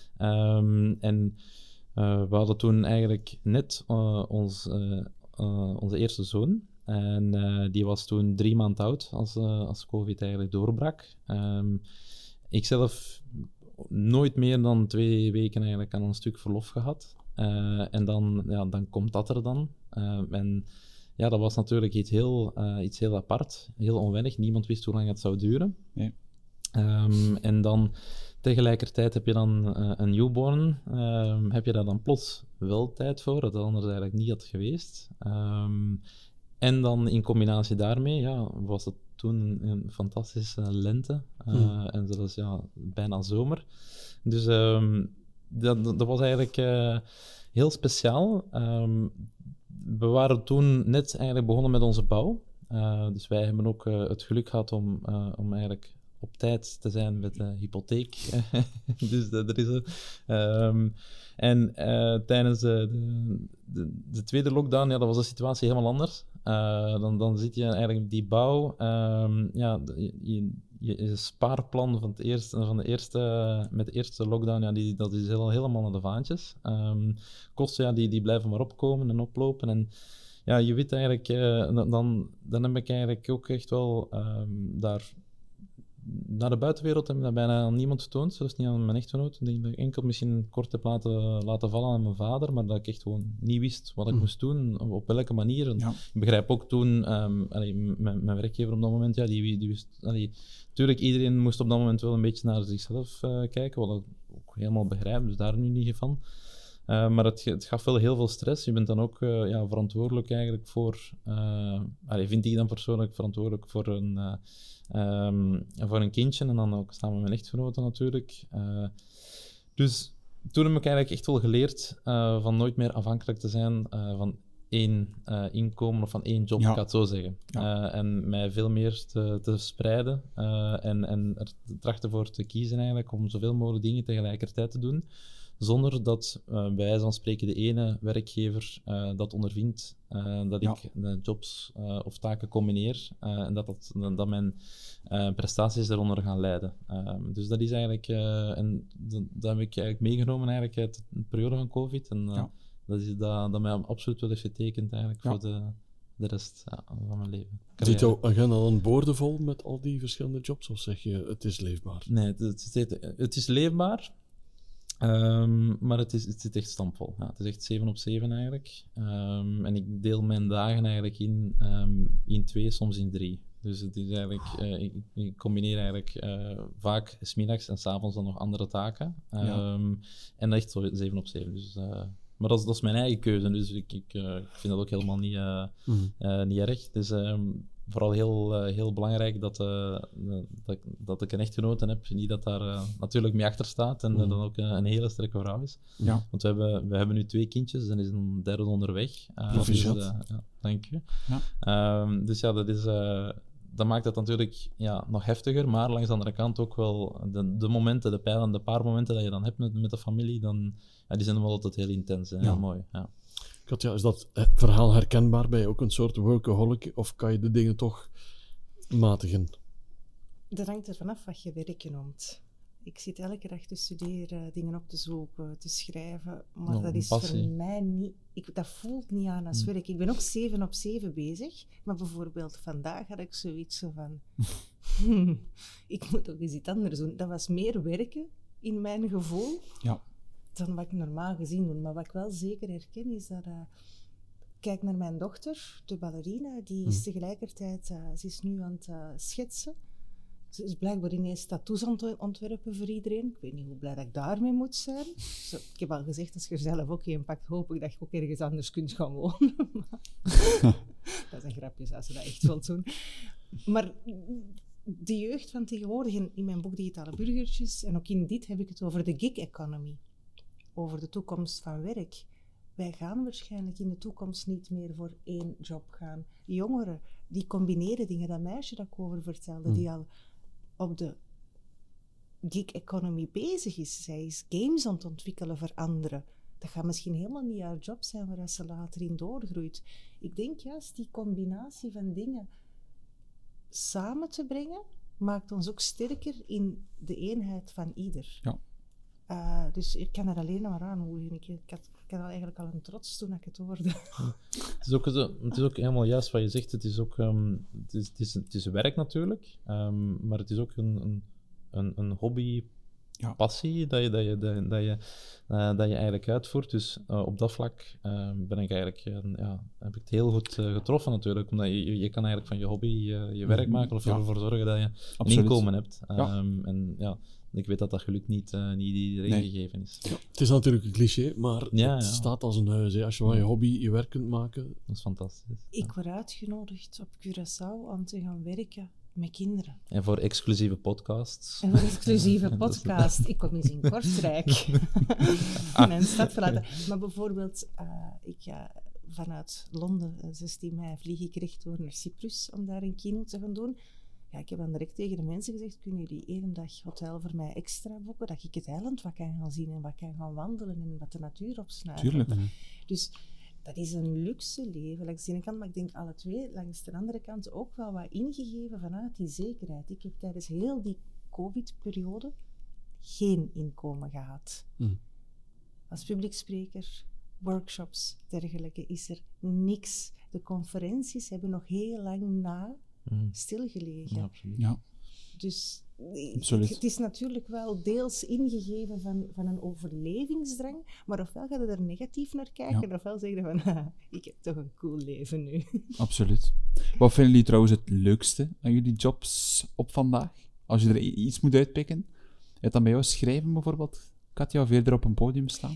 Um, en uh, we hadden toen eigenlijk net uh, ons, uh, uh, onze eerste zoon. En uh, die was toen drie maanden oud als, uh, als COVID eigenlijk doorbrak. Um, ik zelf nooit meer dan twee weken eigenlijk aan een stuk verlof gehad. Uh, en dan, ja, dan komt dat er dan. Uh, en ja, dat was natuurlijk iets heel, uh, iets heel apart, heel onwennig. Niemand wist hoe lang het zou duren. Nee. Um, en dan tegelijkertijd heb je dan uh, een newborn. Um, heb je daar dan plots wel tijd voor, dat anders eigenlijk niet had geweest. Um, En dan in combinatie daarmee ja, was het toen een fantastische lente. Uh, hmm. En zelfs ja, bijna zomer. Dus um, dat, dat was eigenlijk uh, heel speciaal. Um, we waren toen net eigenlijk begonnen met onze bouw. Uh, dus wij hebben ook uh, het geluk gehad om, uh, om eigenlijk op tijd te zijn met de hypotheek. Dus dat er is er. Um, en uh, tijdens de, de, de, de tweede lockdown, ja, dat was de situatie helemaal anders. Uh, dan, dan zit je eigenlijk op die bouw. Um, ja, je, je, je spaarplan van, het eerste, van de eerste, met de eerste lockdown, ja, die, dat is heel, helemaal naar de vaantjes. Um, kosten, ja, die, die blijven maar opkomen en oplopen. En ja, je weet eigenlijk, uh, dan, dan heb ik eigenlijk ook echt wel um, daar... Naar de buitenwereld heb ik dat bijna aan niemand getoond, zelfs niet aan mijn echtgenoot. Ik denk dat ik enkel misschien kort heb laten, laten vallen aan mijn vader, maar dat ik echt gewoon niet wist wat ik mm. moest doen, op welke manier. Ja. Ik begrijp ook toen, um, allee, mijn, mijn werkgever op dat moment, ja, die, die wist... Allee, natuurlijk, iedereen moest op dat moment wel een beetje naar zichzelf uh, kijken, wat ik ook helemaal begrijp, dus daar nu niet van. Uh, maar het, het gaf wel heel veel stress. Je bent dan ook uh, ja, verantwoordelijk eigenlijk voor... Uh, allee, vind ik dan persoonlijk verantwoordelijk voor een... Uh, Um, voor een kindje en dan ook samen met mijn echtgenote natuurlijk. Uh, dus toen heb ik eigenlijk echt wel geleerd uh, van nooit meer afhankelijk te zijn uh, van één uh, inkomen of van één job, ja. Ik ga het zo zeggen. Ja. Uh, en mij veel meer te, te spreiden uh, en, en er trachten voor te kiezen eigenlijk om zoveel mogelijk dingen tegelijkertijd te doen. Zonder dat uh, bij wijze van spreken de ene werkgever uh, dat ondervindt, uh, dat ja. ik de jobs uh, of taken combineer uh, en dat, dat, dat mijn uh, prestaties eronder gaan lijden. Uh, dus dat is eigenlijk, uh, en dat, dat heb ik eigenlijk meegenomen eigenlijk uit de periode van COVID. En uh, ja. dat is dat, dat mij absoluut wel heeft getekend eigenlijk ja. voor de, de rest ja, van mijn leven. Zit jouw agenda dan boordevol met al die verschillende jobs of zeg je het is leefbaar? Nee, het, het, het, het is leefbaar. Um, maar het, is, het zit echt stampvol. Ja, het is echt zeven op zeven eigenlijk. Um, en ik deel mijn dagen eigenlijk in, um, in twee, soms in drie. Dus het is eigenlijk, uh, ik, ik combineer eigenlijk uh, vaak 's middags en 's avonds dan nog andere taken. Um, ja. En echt zo zeven op zeven. Dus, uh, maar dat is, dat is mijn eigen keuze, dus ik, ik, uh, ik vind dat ook helemaal niet, uh, mm. uh, niet erg. Dus um, vooral heel, uh, heel belangrijk dat, uh, dat, dat ik een echtgenote heb, die dat daar uh, natuurlijk mee achter staat en mm. uh, dan ook uh, een hele sterke vrouw is. Ja. Want we hebben, we hebben nu twee kindjes en er is een derde onderweg. Uh, dus, uh, ja, dank je. Ja. Um, dus ja, dat is... Uh, dat maakt het natuurlijk ja, nog heftiger, maar langs de andere kant ook wel de, de momenten, de pijlen, de paar momenten dat je dan hebt met, met de familie, dan, ja, die zijn wel altijd heel intens en ja. heel mooi. Ja. Katja, is dat verhaal herkenbaar? Ben je ook een soort workaholic of kan je de dingen toch matigen? Dat hangt er vanaf wat je werken noemt. Ik zit elke dag te studeren, dingen op te zoeken, te schrijven, maar oh, dat is passie. Voor mij niet... Ik, dat voelt niet aan als mm. werk. Ik ben ook zeven op zeven bezig, maar bijvoorbeeld vandaag had ik zoiets van... hmm, ik moet ook eens iets anders doen. Dat was meer werken in mijn gevoel ja. dan wat ik normaal gezien doe. Maar wat ik wel zeker herken is dat... Uh, kijk naar mijn dochter, de ballerina, die is mm. tegelijkertijd... Uh, ze is nu aan het uh, schetsen. Ze is blijkbaar ineens tattoos aan het ontwerpen voor iedereen. Ik weet niet hoe blij dat ik daarmee moet zijn. Zo, ik heb al gezegd, als je er zelf ook een pakt, hoop ik dat je ook ergens anders kunt gaan wonen. Dat is een grapje, als ze dat echt wilt doen. Maar de jeugd van tegenwoordig, in, in mijn boek Digitale Burgertjes, en ook in dit heb ik het over de gig economy. Over de toekomst van werk. Wij gaan waarschijnlijk in de toekomst niet meer voor één job gaan. Jongeren, die combineren dingen. Dat meisje dat ik over vertelde, hmm. die al op de gig economy bezig is. Zij is games aan het ontwikkelen voor anderen. Dat gaat misschien helemaal niet haar job zijn waar ze later in doorgroeit. Ik denk juist die combinatie van dingen samen te brengen, maakt ons ook sterker in de eenheid van ieder. Ja. Uh, dus ik kan er alleen maar aan horen. Ik, ik, had, ik had eigenlijk al een trots toen ik het hoorde. Ja. Het, is ook, het is ook helemaal juist wat je zegt. Het is ook um, het is, het is, het is werk natuurlijk, um, maar het is ook een, een, een, een hobby, ja. passie dat je, dat, je, dat, dat, je, uh, dat je eigenlijk uitvoert. Dus uh, op dat vlak uh, ben ik eigenlijk, uh, ja, heb ik het heel goed uh, getroffen natuurlijk. Omdat je, je kan eigenlijk van je hobby uh, je werk maken of ja. ervoor zorgen dat je Absoluut. een inkomen hebt. Um, ja. En ja... Ik weet dat dat geluk niet, uh, niet iedereen nee. gegeven is. Ja. Het is natuurlijk een cliché, maar ja, het ja. staat als een huis. Hè. Als je van je hobby je werk kunt maken... Dat is fantastisch. Ik ja. word uitgenodigd op Curaçao om te gaan werken met kinderen. En voor exclusieve podcasts. En voor exclusieve podcast. Ik kom eens in Kortrijk. In mijn stad verlaten. Maar bijvoorbeeld, uh, ik ga vanuit Londen, zestien mei, vlieg ik recht door naar Cyprus om daar een keynote te gaan doen. Ja, ik heb dan direct tegen de mensen gezegd, kunnen jullie één dag hotel voor mij extra boeken, dat ik het eiland wat kan gaan zien en wat kan gaan wandelen en wat de natuur opsnuiven. Tuurlijk. Dus dat is een luxe leven langs de ene kant, maar ik denk alle twee langs de andere kant ook wel wat ingegeven vanuit die zekerheid. Ik heb tijdens heel die COVID-periode geen inkomen gehad. Mm. Als publiekspreker, workshops, dergelijke, is er niks. De conferenties hebben nog heel lang na Mm. stilgelegen. Ja, absoluut. Ja. Dus absoluut. Het is natuurlijk wel deels ingegeven van, van een overlevingsdrang, maar ofwel ga je er negatief naar kijken, ja. ofwel zeg je van, ah, ik heb toch een cool leven nu. Absoluut. Wat vinden jullie trouwens het leukste aan jullie jobs op vandaag? Als je er iets moet uitpikken, het dan bij jou schrijven bijvoorbeeld, Katja, of eerder op een podium staan?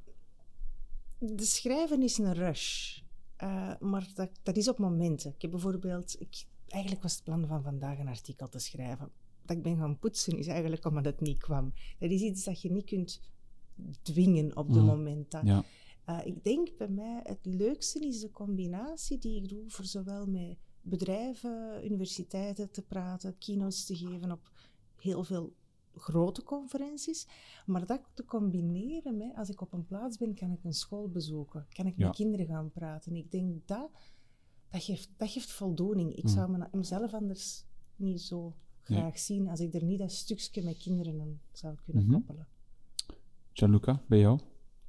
De schrijven is een rush, uh, maar dat, dat is op momenten. Ik heb bijvoorbeeld... Ik, Eigenlijk was het plan van vandaag een artikel te schrijven. Dat ik ben gaan poetsen is eigenlijk omdat het niet kwam. Dat is iets dat je niet kunt dwingen op de mm. momenten. Ja. Uh, ik denk bij mij het leukste is de combinatie die ik doe voor zowel met bedrijven, universiteiten te praten, keynotes te geven op heel veel grote conferenties, maar dat te combineren met, als ik op een plaats ben, kan ik een school bezoeken, kan ik ja. met kinderen gaan praten. Ik denk dat Dat geeft, dat geeft voldoening. Ik mm. zou me, mezelf anders niet zo graag nee. zien als ik er niet dat stukje met kinderen aan zou kunnen mm-hmm. koppelen. Gianluca, bij jou?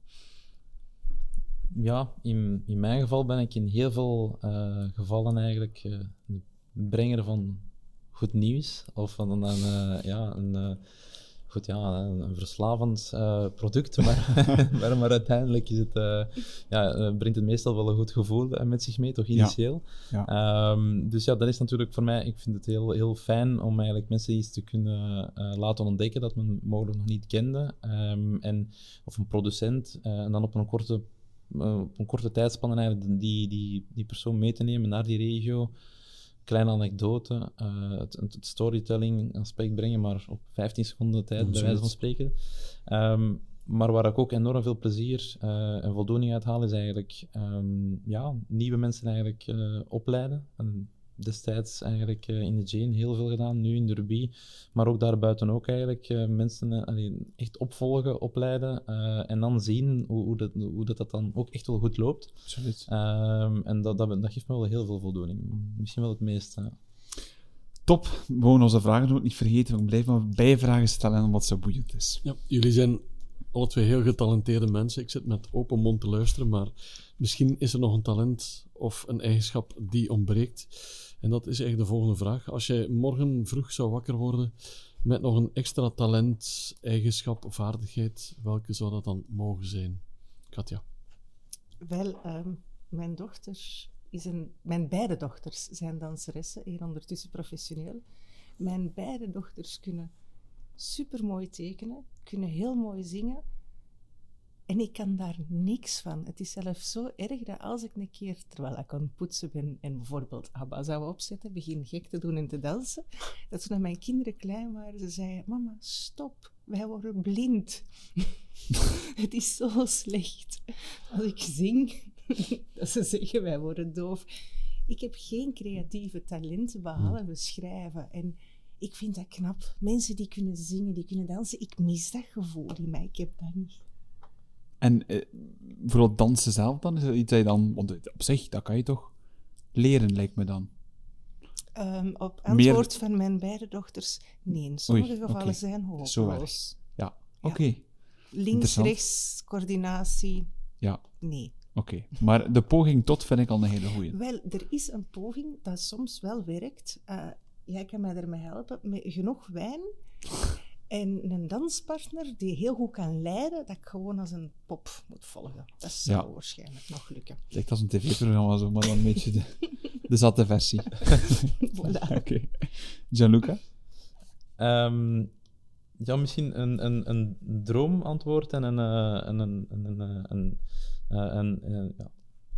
Ja, in, in mijn geval ben ik in heel veel uh, gevallen eigenlijk uh, de brenger van goed nieuws. Of van een, uh, ja, een, uh, goed, ja, een, een verslavend uh, product, maar, maar, maar uiteindelijk is het, uh, ja, uh, brengt het meestal wel een goed gevoel uh, met zich mee, toch initieel. Ja. Ja. Um, dus ja, dat is natuurlijk voor mij, ik vind het heel, heel fijn om eigenlijk mensen iets te kunnen uh, laten ontdekken dat men mogelijk nog niet kende. Um, en, of een producent, uh, en dan op een korte, uh, op een korte tijdspanne eigenlijk die, die, die persoon mee te nemen naar die regio. Kleine anekdote, uh, het, het storytelling aspect brengen, maar op vijftien seconden tijd, mm, bij wijze van spreken. Um, maar waar ik ook enorm veel plezier uh, en voldoening uit haal, is eigenlijk um, ja, nieuwe mensen eigenlijk uh, opleiden. En destijds eigenlijk uh, in de Jane heel veel gedaan, nu in de Ruby, maar ook daarbuiten ook eigenlijk uh, mensen uh, allee, echt opvolgen, opleiden uh, en dan zien hoe, hoe, dat, hoe dat, dat dan ook echt wel goed loopt. Um, en dat, dat, dat geeft me wel heel veel voldoening. Misschien wel het meeste. Ja. Top. We mogen onze vragen ook niet vergeten. We blijven maar bijvragen stellen omdat zo boeiend is. Ja, jullie zijn alle twee heel getalenteerde mensen. Ik zit met open mond te luisteren, maar misschien is er nog een talent of een eigenschap die ontbreekt. En dat is eigenlijk de volgende vraag. Als jij morgen vroeg zou wakker worden met nog een extra talent, eigenschap of vaardigheid, welke zou dat dan mogen zijn? Katja. Wel, um, mijn dochter is een... Mijn beide dochters zijn danseressen, één ondertussen professioneel. Mijn beide dochters kunnen supermooi tekenen, kunnen heel mooi zingen. En ik kan daar niks van. Het is zelfs zo erg dat als ik een keer, terwijl ik aan het poetsen ben en bijvoorbeeld ABBA zou opzetten, begin gek te doen en te dansen, dat toen mijn kinderen klein waren, ze zeiden, mama, stop, wij worden blind. Het is zo slecht. Als ik zing, dat ze zeggen, wij worden doof. Ik heb geen creatieve talenten behalve schrijven. En ik vind dat knap. Mensen die kunnen zingen, die kunnen dansen, ik mis dat gevoel in mij. Ik heb dat niet. En eh, vooral dansen zelf dan? Is dat iets dat je dan... Want op zich, dat kan je toch leren, lijkt me dan. Um, op antwoord Meer... van mijn beide dochters, nee. In sommige Oei, gevallen okay. zijn hopeloos. Ja, oké. Okay. Links, rechts, coördinatie, ja. nee. Oké, okay. Maar de poging tot vind ik al een hele goeie. Wel, er is een poging dat soms wel werkt. Uh, jij kan mij ermee helpen. Met genoeg wijn... En een danspartner die heel goed kan leiden, dat ik gewoon als een pop moet volgen. Dat zou ja. waarschijnlijk nog lukken. Het lijkt als een tv-programma, zo, maar dan een beetje de, de zatte versie. Voilà. Oké. Okay. Gianluca? Um, ja, misschien een, een, een droomantwoord en een... Uh, een, een, een, een, een, uh, een uh, ja.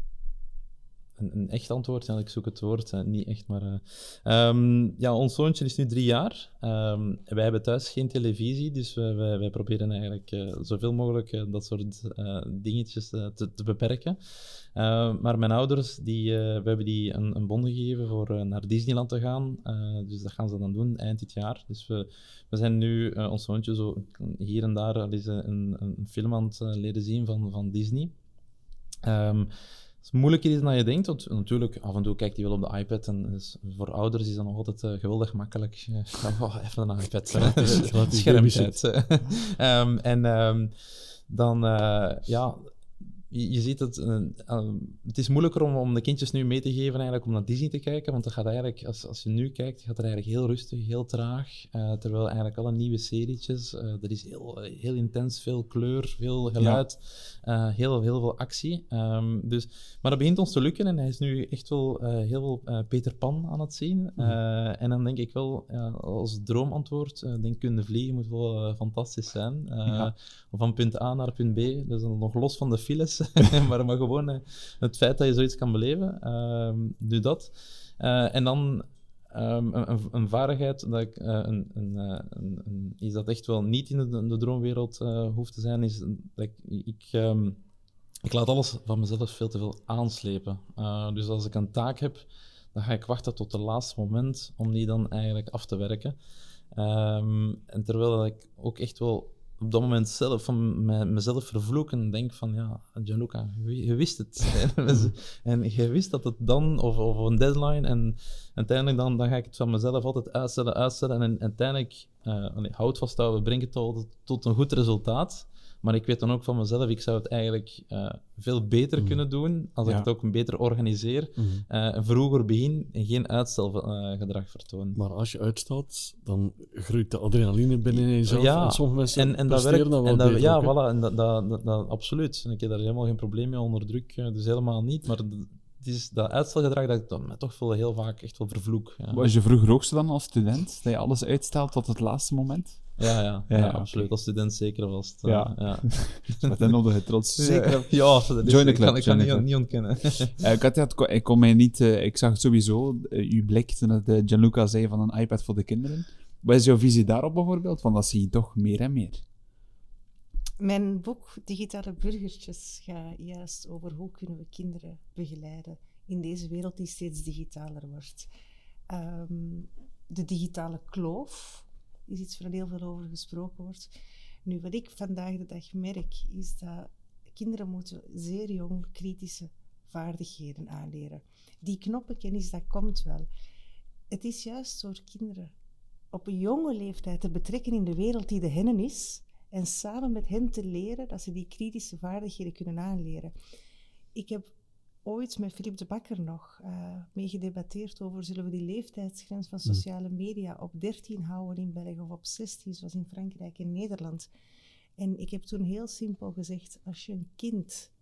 Een, een echt antwoord, ja, ik zoek het woord, uh, niet echt, maar... Uh, um, ja, ons zoontje is nu drie jaar. Um, wij hebben thuis geen televisie, dus wij, wij, wij proberen eigenlijk uh, zoveel mogelijk uh, dat soort uh, dingetjes uh, te, te beperken. Uh, maar mijn ouders, die, uh, we hebben die een, een bon gegeven voor uh, naar Disneyland te gaan. Uh, dus dat gaan ze dan doen eind dit jaar. Dus we, we zijn nu uh, ons zoontje zo hier en daar al eens een, een film aan het uh, leren zien van, van Disney. Um, Het is moeilijker is dan je denkt, want natuurlijk, af en toe kijkt hij wel op de iPad en dus voor ouders is dat nog altijd uh, geweldig makkelijk. Uh, oh, even een iPad, uh, schermtijd. um, en um, dan, uh, ja, je, je ziet het, uh, uh, het is moeilijker om, om de kindjes nu mee te geven eigenlijk om naar Disney te kijken, want dat gaat eigenlijk, als, als je nu kijkt, gaat het eigenlijk heel rustig, heel traag, uh, terwijl eigenlijk alle nieuwe serietjes, uh, er is heel, heel intens, veel kleur, veel geluid, ja. uh, heel, heel veel actie. Um, dus, maar dat begint ons te lukken en hij is nu echt wel uh, heel veel uh, Peter Pan aan het zien. Uh, mm. En dan denk ik wel, uh, als droomantwoord, uh, denk kunnen vliegen moet wel uh, fantastisch zijn. Uh, ja. Van punt A naar punt B, dus nog los van de files. maar, maar gewoon uh, het feit dat je zoiets kan beleven, uh, doe dat. Uh, en dan um, een, een vaardigheid, dat ik, uh, een, een, een, een, is dat echt wel niet in de, de droomwereld uh, hoeft te zijn, is dat ik, ik, um, ik laat alles van mezelf veel te veel aanslepen. Uh, dus als ik een taak heb, dan ga ik wachten tot het laatste moment om die dan eigenlijk af te werken. Um, en terwijl ik ook echt wel op dat moment zelf van mij, mezelf vervloeken en denk van, ja, Gianluca, je, je wist het. En je wist dat het dan, of, of een deadline, en uiteindelijk dan, dan ga ik het van mezelf altijd uitstellen, uitstellen, en uiteindelijk, uh, houd vast houden, brengt het tot, tot een goed resultaat. Maar ik weet dan ook van mezelf, ik zou het eigenlijk uh, veel beter mm. kunnen doen als ja. ik het ook beter organiseer. Mm. Uh, vroeger begin en geen uitstelgedrag uh, vertoon. Maar als je uitstelt, dan groeit de adrenaline binnen in jezelf. Ja, en sommige mensen en, en dat werkt. Dat wel en dat, beter ja, ook, voilà, en dat, dat, dat, dat, absoluut. En ik heb daar helemaal geen probleem mee onder druk, dus helemaal niet. Maar het is dat uitstelgedrag dat ik dan toch wel heel vaak echt wel vervloek. Ja. Was je vroeger ook zo dan als student, dat je alles uitstelt tot het laatste moment? Ja, ja, ja, ja absoluut. Okay. Als student zeker was het. Uh, ja. ja. Met een nodige trots. Zeker. Ja, dat is, join the club. Kan, ik kan niet, niet ontkennen. uh, ik, had, had, ik kon mij niet... Uh, ik zag sowieso uh, uw blik toen het, uh, Gianluca zei van een iPad voor de kinderen. Wat is jouw visie daarop bijvoorbeeld? Want dat zie je toch meer en meer. Mijn boek Digitale Burgertjes gaat juist over hoe kunnen we kinderen begeleiden in deze wereld die steeds digitaler wordt. Um, de digitale kloof is iets waar heel veel over gesproken wordt. Nu, wat ik vandaag de dag merk, is dat kinderen moeten zeer jong kritische vaardigheden aanleren. Die knoppenkennis, dat komt wel. Het is juist door kinderen op een jonge leeftijd te betrekken in de wereld die de hennen is, en samen met hen te leren dat ze die kritische vaardigheden kunnen aanleren. Ik heb ooit met Philippe de Bakker nog uh, mee gedebatteerd over zullen we die leeftijdsgrens van sociale media op dertien houden in België of op zestien, zoals in Frankrijk en Nederland. En ik heb toen heel simpel gezegd, als je een kind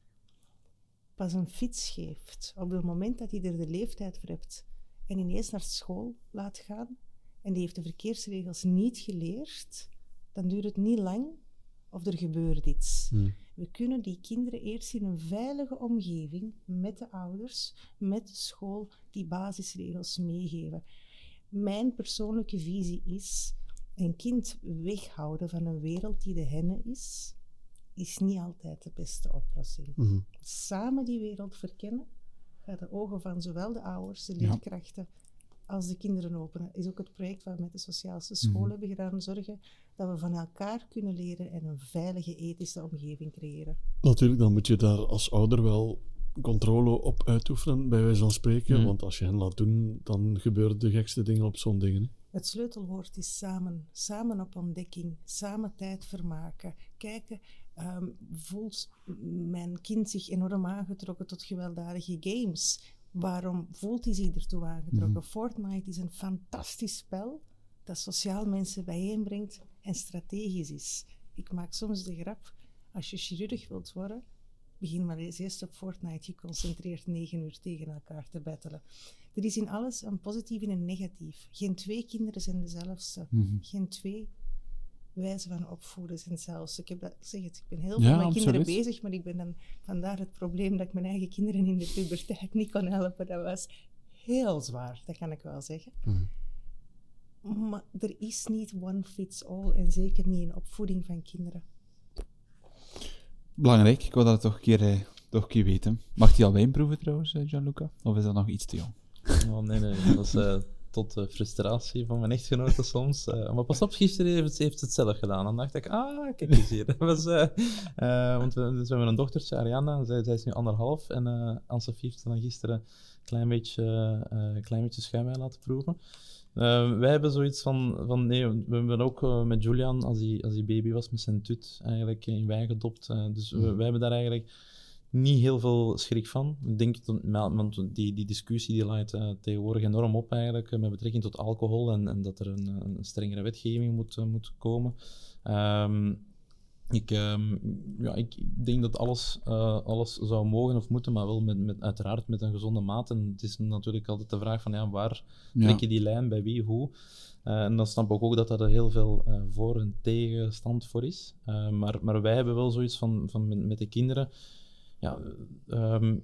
pas een fiets geeft op het moment dat hij er de leeftijd voor hebt en ineens naar school laat gaan en die heeft de verkeersregels niet geleerd, dan duurt het niet lang of er gebeurt iets. Hmm. We kunnen die kinderen eerst in een veilige omgeving met de ouders, met de school, die basisregels meegeven. Mijn persoonlijke visie is, een kind weghouden van een wereld die de henne is, is niet altijd de beste oplossing. Hmm. Samen die wereld verkennen, gaat de ogen van zowel de ouders, de leerkrachten, ja. als de kinderen openen. Is ook het project waar we met de sociaalste school mm-hmm. hebben gedaan, zorgen dat we van elkaar kunnen leren en een veilige, ethische omgeving creëren. Natuurlijk, dan moet je daar als ouder wel controle op uitoefenen, bij wijze van spreken. Mm. Want als je hen laat doen, dan gebeuren de gekste dingen op zo'n dingen. Hè? Het sleutelwoord is samen. Samen op ontdekking. Samen tijd vermaken. Kijken, um, voelt mijn kind zich enorm aangetrokken tot gewelddadige games? Waarom voelt hij zich ertoe aangetrokken? Mm-hmm. Fortnite is een fantastisch spel dat sociaal mensen bijeenbrengt en strategisch is. Ik maak soms de grap, als je chirurg wilt worden, begin maar eens eerst op Fortnite geconcentreerd negen uur tegen elkaar te battelen. Er is in alles een positief en een negatief. Geen twee kinderen zijn dezelfde. Mm-hmm. Geen twee wijzen van opvoeden zijn zelfs. Ik, heb dat, ik zeg het, ik ben heel veel ja, met kinderen absoluut. bezig, maar ik ben dan vandaar het probleem dat ik mijn eigen kinderen in de puberteit niet kon helpen. Dat was heel zwaar, dat kan ik wel zeggen. Mm. Maar er is niet one fits all en zeker niet in opvoeding van kinderen. Belangrijk, ik wil dat toch een keer, eh, toch een keer weten. Mag hij al wijn proeven trouwens, Gianluca? Of is dat nog iets te jong? Oh, nee, nee, dat is... Uh... tot de frustratie van mijn echtgenote soms. Uh, maar pas op, gisteren heeft, heeft het zelf gedaan. Dan dacht ik, ah, kijk eens hier. Dat was, uh, uh, want we, dus we hebben een dochtertje, Ariana, zij, zij is nu anderhalf. En uh, Anne-Sophie heeft dan gisteren een klein beetje, uh, klein beetje schuimwijn laten proeven. Uh, wij hebben zoiets van, van nee, we hebben ook uh, met Julian, als hij, als hij baby was, met zijn tut eigenlijk in wijn gedopt. Uh, dus mm. we, wij hebben daar eigenlijk niet heel veel schrik van. Ik denk, want die, die discussie die leidt uh, tegenwoordig enorm op eigenlijk, uh, met betrekking tot alcohol en, en dat er een, een strengere wetgeving moet, uh, moet komen. Um, ik, um, ja, ik denk dat alles, uh, alles zou mogen of moeten, maar wel met, met, uiteraard met een gezonde maat. En het is natuurlijk altijd de vraag van ja, waar ja. trek je die lijn, bij wie, hoe? Uh, en dan snap ik ook dat er heel veel uh, voor- en tegenstand voor is. Uh, maar, maar wij hebben wel zoiets van, van met, met de kinderen. Ja, um,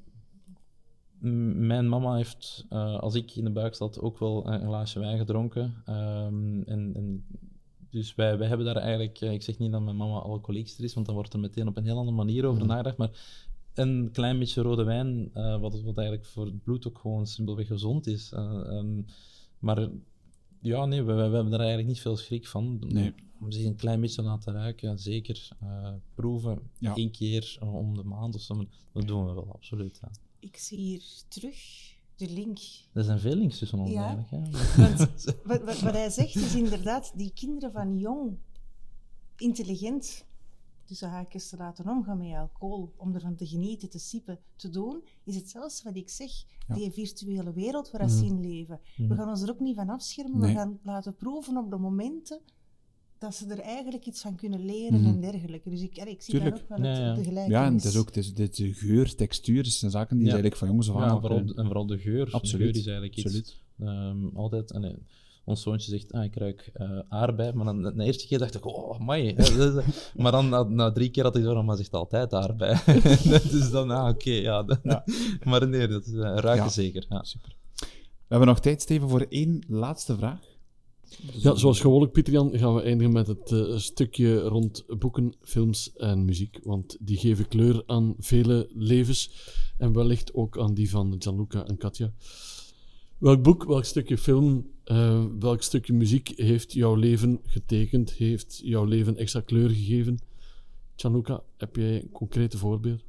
mijn mama heeft, uh, als ik in de buik zat, ook wel een glaasje wijn gedronken. Um, en, en dus wij, wij hebben daar eigenlijk, uh, ik zeg niet dat mijn mama alcoholiekster is, want dan wordt er meteen op een heel andere manier over mm. nagedacht, maar een klein beetje rode wijn, uh, wat, wat eigenlijk voor het bloed ook gewoon simpelweg gezond is. Uh, um, maar ja, nee, we, we hebben daar eigenlijk niet veel schrik van. Nee. Om zich een klein beetje te laten ruiken, ja, zeker. Uh, proeven, ja. één keer uh, om de maand of zo, dat doen we wel, absoluut. Ja. Ik zie hier terug de link. Er zijn veel links tussen ons ja, eigenlijk. Ja. Want wat, wat, wat hij zegt is inderdaad, die kinderen van jong, intelligent tussen haakjes te laten omgaan met alcohol, om ervan te genieten, te sippen, te doen, is het zelfs wat ik zeg, Ja. die virtuele wereld waar ze in leven. Mhm. We gaan ons er ook niet van afschermen, Nee. we gaan laten proeven op de momenten dat ze er eigenlijk iets van kunnen leren Mhm. en dergelijke. Dus ik, ik zie Tuurlijk. daar ook wel het, Ja, ja. de gelijkenis. Ja, en het is ook het is, dit, de geur, textuur, dat zijn zaken die Ja. eigenlijk van jongens af aan Ja, ook, vooral, eh, de- en vooral de geur. absoluut. De geur is eigenlijk iets. absoluut. Ehm, altijd. En, eh, ons zoontje zegt, ah, ik ruik uh, aardbei. Maar dan, de eerste keer dacht ik, oh, amai. Maar dan na, na drie keer had ik zo, maar zegt altijd aardbei. Dus dan, ah, oké, okay, ja. Ja. Maar nee, dat uh, ruiken Ja. zeker. Ja. Super. We hebben nog tijd, Steven, voor één laatste vraag. Dus Ja, zoals gewoonlijk, Pieter-Jan, gaan we eindigen met het uh, stukje rond boeken, films en muziek. Want die geven kleur aan vele levens. En wellicht ook aan die van Gianluca en Katja. Welk boek, welk stukje film, uh, welk stukje muziek heeft jouw leven getekend? Heeft jouw leven extra kleur gegeven? Gianluca, heb jij een concrete voorbeeld?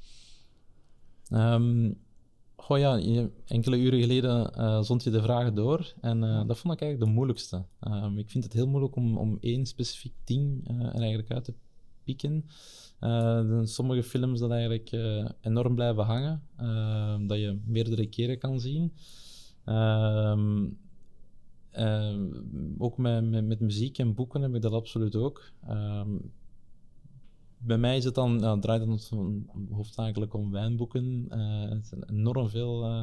Um, goh ja, je, enkele uren geleden uh, zond je de vragen door. En uh, dat vond ik eigenlijk de moeilijkste. Um, ik vind het heel moeilijk om, om één specifiek ding uh, er eigenlijk uit te pikken. Uh, er zijn sommige films dat eigenlijk uh, enorm blijven hangen. Uh, dat je meerdere keren kan zien. Um, uh, ook met, met, met muziek en boeken heb ik dat absoluut ook. Um, bij mij is het dan, nou, draait het hoofdzakelijk om wijnboeken. Uh, het is enorm veel, uh,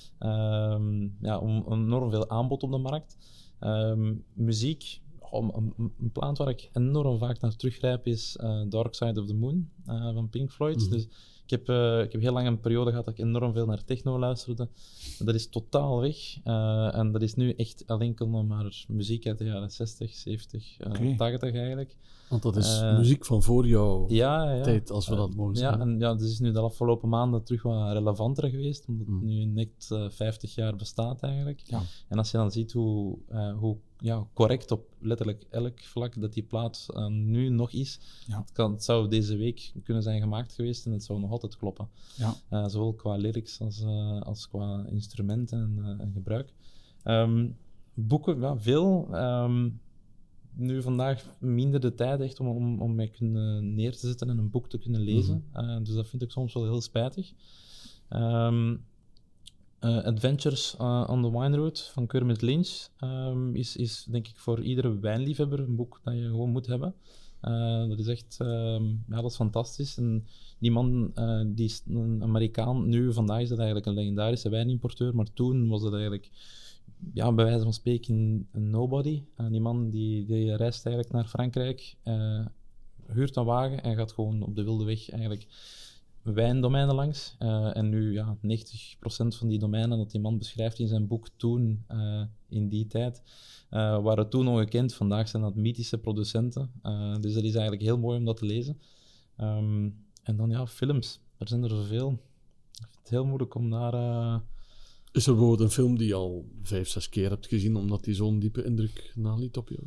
um, ja, om, enorm veel aanbod op de markt. Um, muziek, oh, een, een plaat waar ik enorm vaak naar teruggrijp is uh, Dark Side of the Moon uh, van Pink Floyd. Mm-hmm. Dus ik heb, uh, ik heb heel lang een periode gehad dat ik enorm veel naar techno luisterde. Dat is totaal weg. Uh, en dat is nu echt alleen nog maar muziek uit de jaren zestig, zeventig, uh, okay. tachtig eigenlijk. Want dat is uh, muziek van voor jouw ja, ja. tijd, als we uh, dat mogen zeggen. Ja, en ja, het is nu de afgelopen maanden terug wat relevanter geweest, omdat het mm. nu net uh, vijftig jaar bestaat eigenlijk. Ja. En als je dan ziet hoe, uh, hoe ja, correct op letterlijk elk vlak dat die plaat uh, nu nog is, ja. het, kan, het zou deze week kunnen zijn gemaakt geweest en het zou nog altijd kloppen. Ja. Uh, zowel qua lyrics als, uh, als qua instrumenten en, uh, en gebruik. Um, boeken, ja, veel. Um, nu vandaag minder de tijd echt om, om, om mij kunnen neer te zetten en een boek te kunnen lezen. Mm-hmm. Uh, dus dat vind ik soms wel heel spijtig. Um, uh, Adventures uh, on the Wine Route van Kermit Lynch um, is, is denk ik voor iedere wijnliefhebber een boek dat je gewoon moet hebben. Uh, dat is echt, um, ja, dat is fantastisch. En die man, uh, die is een Amerikaan. Nu, vandaag is dat eigenlijk een legendarische wijnimporteur, maar toen was het eigenlijk, ja, bij wijze van spreken, een nobody. Uh, die man die, die reist eigenlijk naar Frankrijk, uh, huurt een wagen en gaat gewoon op de wilde weg eigenlijk wijndomeinen langs. Uh, en nu, ja, negentig procent van die domeinen dat die man beschrijft in zijn boek toen, uh, in die tijd, uh, waren toen ongekend. Vandaag zijn dat mythische producenten. Uh, dus dat is eigenlijk heel mooi om dat te lezen. Um, en dan, ja, films. Er zijn er zoveel. Ik vind het heel moeilijk om daar... Uh... Is er bijvoorbeeld een film die je al vijf, zes keer hebt gezien, omdat die zo'n diepe indruk naliet op jou?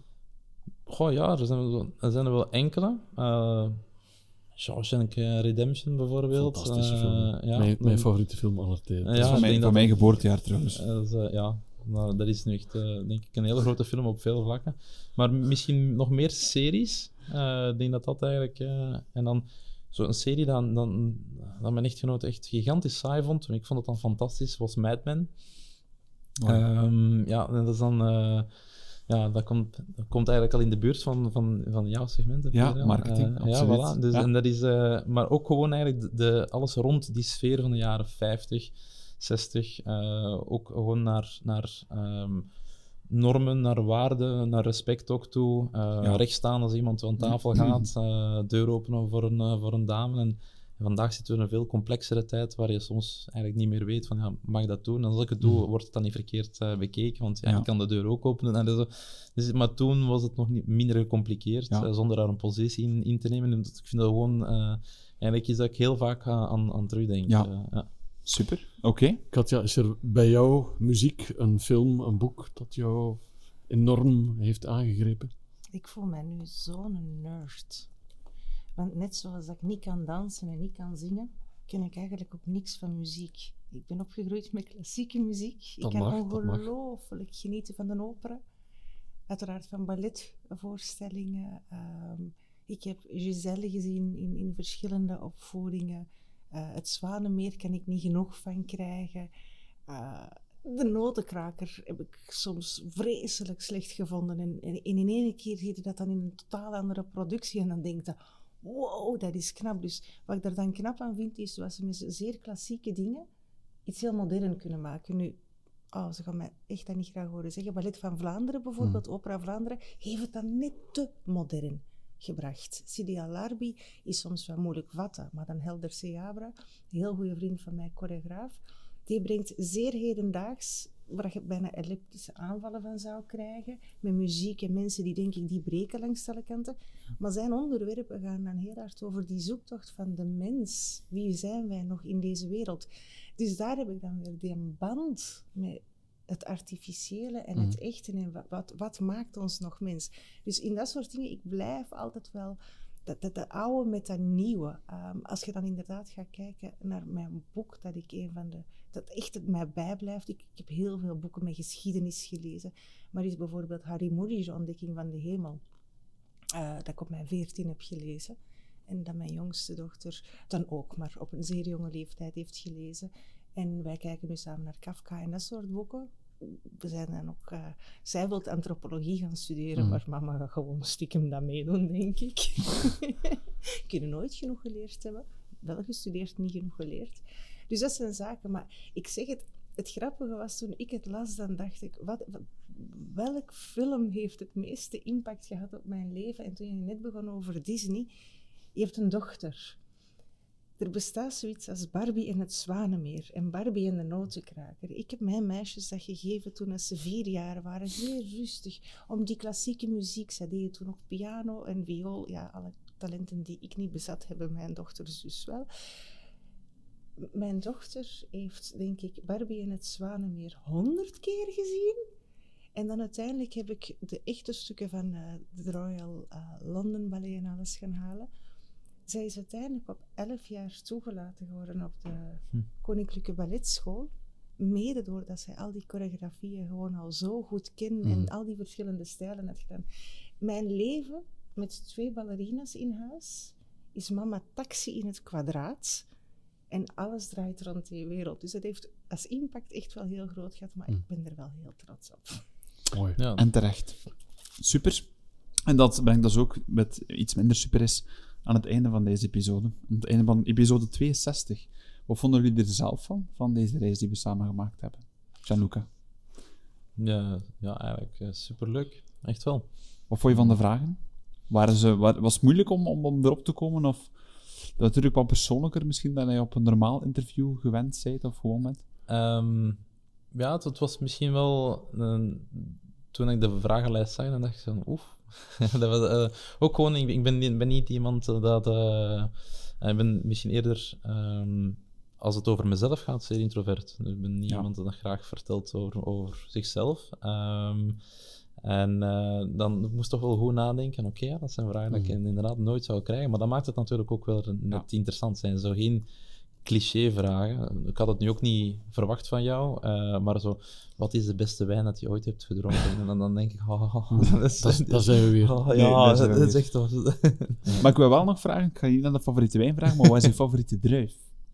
Goh, ja, er zijn er wel, er zijn er wel enkele. Uh, Shawshank Redemption bijvoorbeeld. Fantastische uh, film. Ja, mijn, dan, mijn favoriete film aller tijden. Uh, ja, dat is van, mijn, van mijn geboortejaar trouwens. Uh, is, uh, ja, nou, dat is nu echt uh, denk ik een hele grote film op veel vlakken. Maar misschien nog meer series. Uh, ik denk dat dat eigenlijk... Uh, en dan zo'n serie dat, dan, dat mijn echtgenoot echt gigantisch saai vond. Ik vond het dan fantastisch, was Mad Men. Oh. Um, ja, dat is dan... Uh, Ja, dat komt, dat komt eigenlijk al in de buurt van, van, van jouw segment. Ja, ja, marketing, uh, absoluut. Ja, voilà. Dus, ja. En dat is, uh, maar ook gewoon eigenlijk de, de, alles rond die sfeer van de jaren vijftig, zestig. Uh, ook gewoon naar, naar um, normen, naar waarden, naar respect ook toe. Uh, ja. Recht staan als iemand aan tafel gaat, uh, deur openen voor een, uh, voor een dame. En, En vandaag zitten we in een veel complexere tijd waar je soms eigenlijk niet meer weet van, ja, mag ik dat doen? En als ik het doe, wordt het dan niet verkeerd uh, bekeken, want ja, ja. ik kan de deur ook openen. En zo. Dus, maar toen was het nog niet minder gecompliceerd, ja. uh, zonder daar een positie in, in te nemen. En ik vind dat gewoon, uh, eigenlijk is dat ik heel vaak uh, aan, aan terugdenk. Ja. Uh, ja. Super, oké. Okay. Katja, is er bij jou muziek, een film, een boek dat jou enorm heeft aangegrepen? Ik voel mij nu zo'n nerd. Want net zoals dat ik niet kan dansen en niet kan zingen, ken ik eigenlijk ook niks van muziek. Ik ben opgegroeid met klassieke muziek. Dat ik kan mag, ongelooflijk genieten van de opera. Uiteraard van balletvoorstellingen. Um, Ik heb Giselle gezien in, in verschillende opvoedingen. Uh, het Zwanenmeer kan ik niet genoeg van krijgen. Uh, de Notenkraker heb ik soms vreselijk slecht gevonden. En, en in één keer zie je dat dan in een totaal andere productie. En dan denk je, wow, dat is knap. Dus wat ik daar dan knap aan vind, is dat ze met zeer klassieke dingen iets heel modern kunnen maken. Nu, oh, ze gaan mij echt dat niet graag horen zeggen. Ballet van Vlaanderen bijvoorbeeld, mm. Opera Vlaanderen, heeft het dan net te modern gebracht. Sidi Alarbi is soms wel moeilijk vatten, maar dan Helder Seabra, een heel goede vriend van mij, choreograaf, die brengt zeer hedendaags, waar je bijna epileptische aanvallen van zou krijgen, met muziek en mensen die, denk ik, die breken langs alle kanten. Maar zijn onderwerpen gaan dan heel hard over die zoektocht van de mens. Wie zijn wij nog in deze wereld? Dus daar heb ik dan weer die band met het artificiële en het echte. En wat, wat, wat maakt ons nog mens? Dus in dat soort dingen, ik blijf altijd wel dat, dat, dat oude met dat nieuwe. Um, als je dan inderdaad gaat kijken naar mijn boek, dat ik een van de... dat echt het mij bijblijft. Ik, ik heb heel veel boeken met geschiedenis gelezen. Maar is bijvoorbeeld Harry Mulisch, Ontdekking van de Hemel. Uh, dat ik op mijn veertien heb gelezen. En dat mijn jongste dochter dan ook, maar op een zeer jonge leeftijd heeft gelezen. En wij kijken nu samen naar Kafka en dat soort boeken. We zijn dan ook... Uh, zij wil antropologie gaan studeren, mm. maar mama gaat gewoon stiekem dat meedoen, denk ik. Kunnen nooit genoeg geleerd hebben. Wel gestudeerd, niet genoeg geleerd. Dus dat zijn zaken. Maar ik zeg het, het grappige was toen ik het las, dan dacht ik, wat, wat, welk film heeft het meeste impact gehad op mijn leven? En toen je net begon over Disney, je hebt een dochter. Er bestaat zoiets als Barbie en het Zwanenmeer en Barbie en de Notenkraker. Ik heb mijn meisjes dat gegeven toen ze vier jaar waren, zeer rustig, om die klassieke muziek. Zij deden toen ook piano en viool. Ja, alle talenten die ik niet bezat, hebben mijn dochters dus wel. Mijn dochter heeft, denk ik, Barbie en het Zwanenmeer honderd keer gezien. En dan uiteindelijk heb ik de echte stukken van uh, de Royal uh, London Ballet en alles gaan halen. Zij is uiteindelijk op elf jaar toegelaten geworden op de hm. Koninklijke Balletschool. Mede doordat zij al die choreografieën gewoon al zo goed kent hm. en al die verschillende stijlen had gedaan. Mijn leven met twee ballerinas in huis is mama taxi in het kwadraat. En alles draait rond die wereld. Dus het heeft als impact echt wel heel groot gehad, maar hm. ik ben er wel heel trots op. Mooi. Ja. En terecht. Super. En dat brengt dus ook met iets minder super is aan het einde van deze episode. Aan het einde van episode tweeënzestig. Wat vonden jullie er zelf van, van deze reis die we samen gemaakt hebben? Gianluca? Ja, ja eigenlijk uh, superleuk. Echt wel. Wat vond je van de vragen? Waren ze, was het moeilijk om, om, om erop te komen? Of dat natuurlijk wat persoonlijker misschien dan je op een normaal interview gewend bent of gewoon bent? Um, ja, het, het was misschien wel... Uh, toen ik de vragenlijst zag, dan dacht ik zo, oef. dat was, uh, ook gewoon, ik, ik ben, ben niet iemand dat... Uh, ik ben misschien eerder, um, als het over mezelf gaat, zeer introvert. Dus ik ben niet ja. iemand dat graag vertelt over, over zichzelf. Um, en uh, dan moest ik toch wel goed nadenken. Oké, okay, ja, dat zijn vragen mm. die ik inderdaad nooit zou krijgen. Maar dat maakt het natuurlijk ook wel net ja. interessant zijn. Zo geen cliché-vragen. Ik had het nu ook niet verwacht van jou. Uh, maar zo, wat is de beste wijn dat je ooit hebt gedronken? En dan, dan denk ik, oh, oh, dat, is, dat, dat zijn we weer. Oh, ja, nee, dat, dat is echt toch. Maar ik wil wel nog vragen, ik ga niet naar de favoriete wijn vragen, maar wat is je favoriete druif?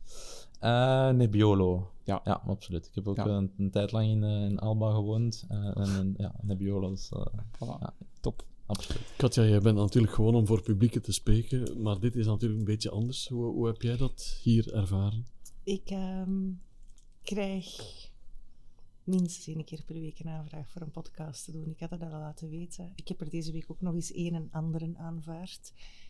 Uh, Nebbiolo. Ja. ja, absoluut. Ik heb ook ja. een, een tijd lang in, uh, in Alba gewoond. Uh, en, en ja, Nebbiolo is uh, voilà. ja, top. Absoluut. Katja, jij bent natuurlijk gewoon om voor publieken te spreken, maar dit is natuurlijk een beetje anders. Hoe, hoe heb jij dat hier ervaren? Ik um, krijg minstens één keer per week een aanvraag voor een podcast te doen. Ik had het al laten weten. Ik heb er deze week ook nog eens een en anderen aanvaard.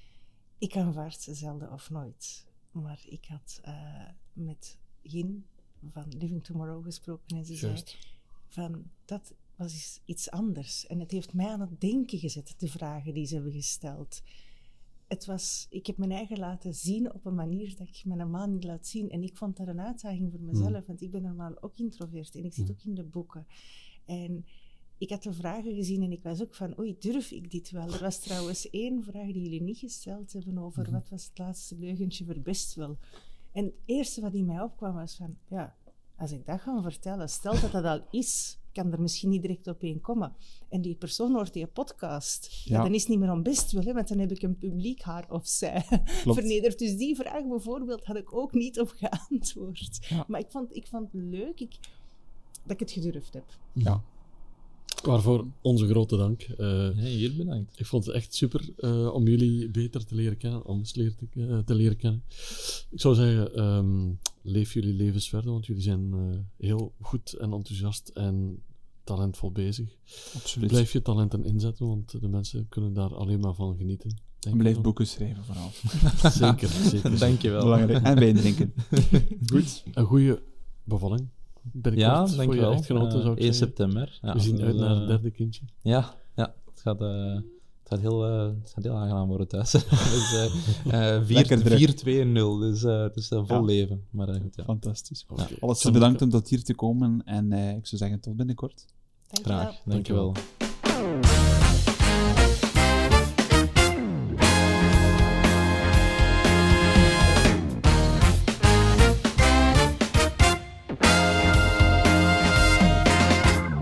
Ik aanvaard ze zelden of nooit. Maar ik had uh, met Gin van Living Tomorrow gesproken en ze Just. zei van dat was iets anders. En het heeft mij aan het denken gezet, de vragen die ze hebben gesteld. Het was, ik heb mijn eigen laten zien op een manier dat ik me normaal niet laat zien. En ik vond dat een uitdaging voor mezelf, mm. want ik ben normaal ook introvert en ik zit mm. ook in de boeken. En ik had de vragen gezien en ik was ook van, oei, durf ik dit wel? Er was trouwens één vraag die jullie niet gesteld hebben over mm. wat was het laatste leugentje voor best wel. En het eerste wat in mij opkwam was van, ja, als ik dat ga vertellen, stel dat dat al is, kan er misschien niet direct op één komen. En die persoon hoort die podcast. Ja. Ja, dan is het niet meer om best wil, hè, want dan heb ik een publiek haar of zij Klopt. vernederd. Dus die vraag bijvoorbeeld had ik ook niet op geantwoord. Ja. Maar ik vond, ik vond het leuk ik, dat ik het gedurfd heb. Ja. Waarvoor onze grote dank. Uh, Hey, jullie bedankt. Ik vond het echt super uh, om jullie beter te leren kennen, anders leer te, uh, te leren kennen. Ik zou zeggen, um, leef jullie levens verder, want jullie zijn uh, heel goed en enthousiast en talentvol bezig. Absoluut. Blijf je talenten inzetten, want de mensen kunnen daar alleen maar van genieten. En blijf boeken schrijven vooral. Zeker, zeker. Dank je wel. Belangrijk. En wijn drinken. Goed. Een goede bevalling. Ja, dank voor je je wel. echtgenote, zou ik uh, eerste zeggen. september. Ja, We zien uit dus, naar het uh, derde kindje. Ja, ja. Het gaat, uh, het gaat, heel, uh, het gaat heel aangenaam worden thuis. dus uh, uh, vier twee nul, dus uh, het is uh, vol Ja. leven. Maar uh, goed, ja. Fantastisch. Okay. Alles bedankt om tot hier te komen en uh, ik zou zeggen tot binnenkort. Dank je wel. Graag, dank je wel.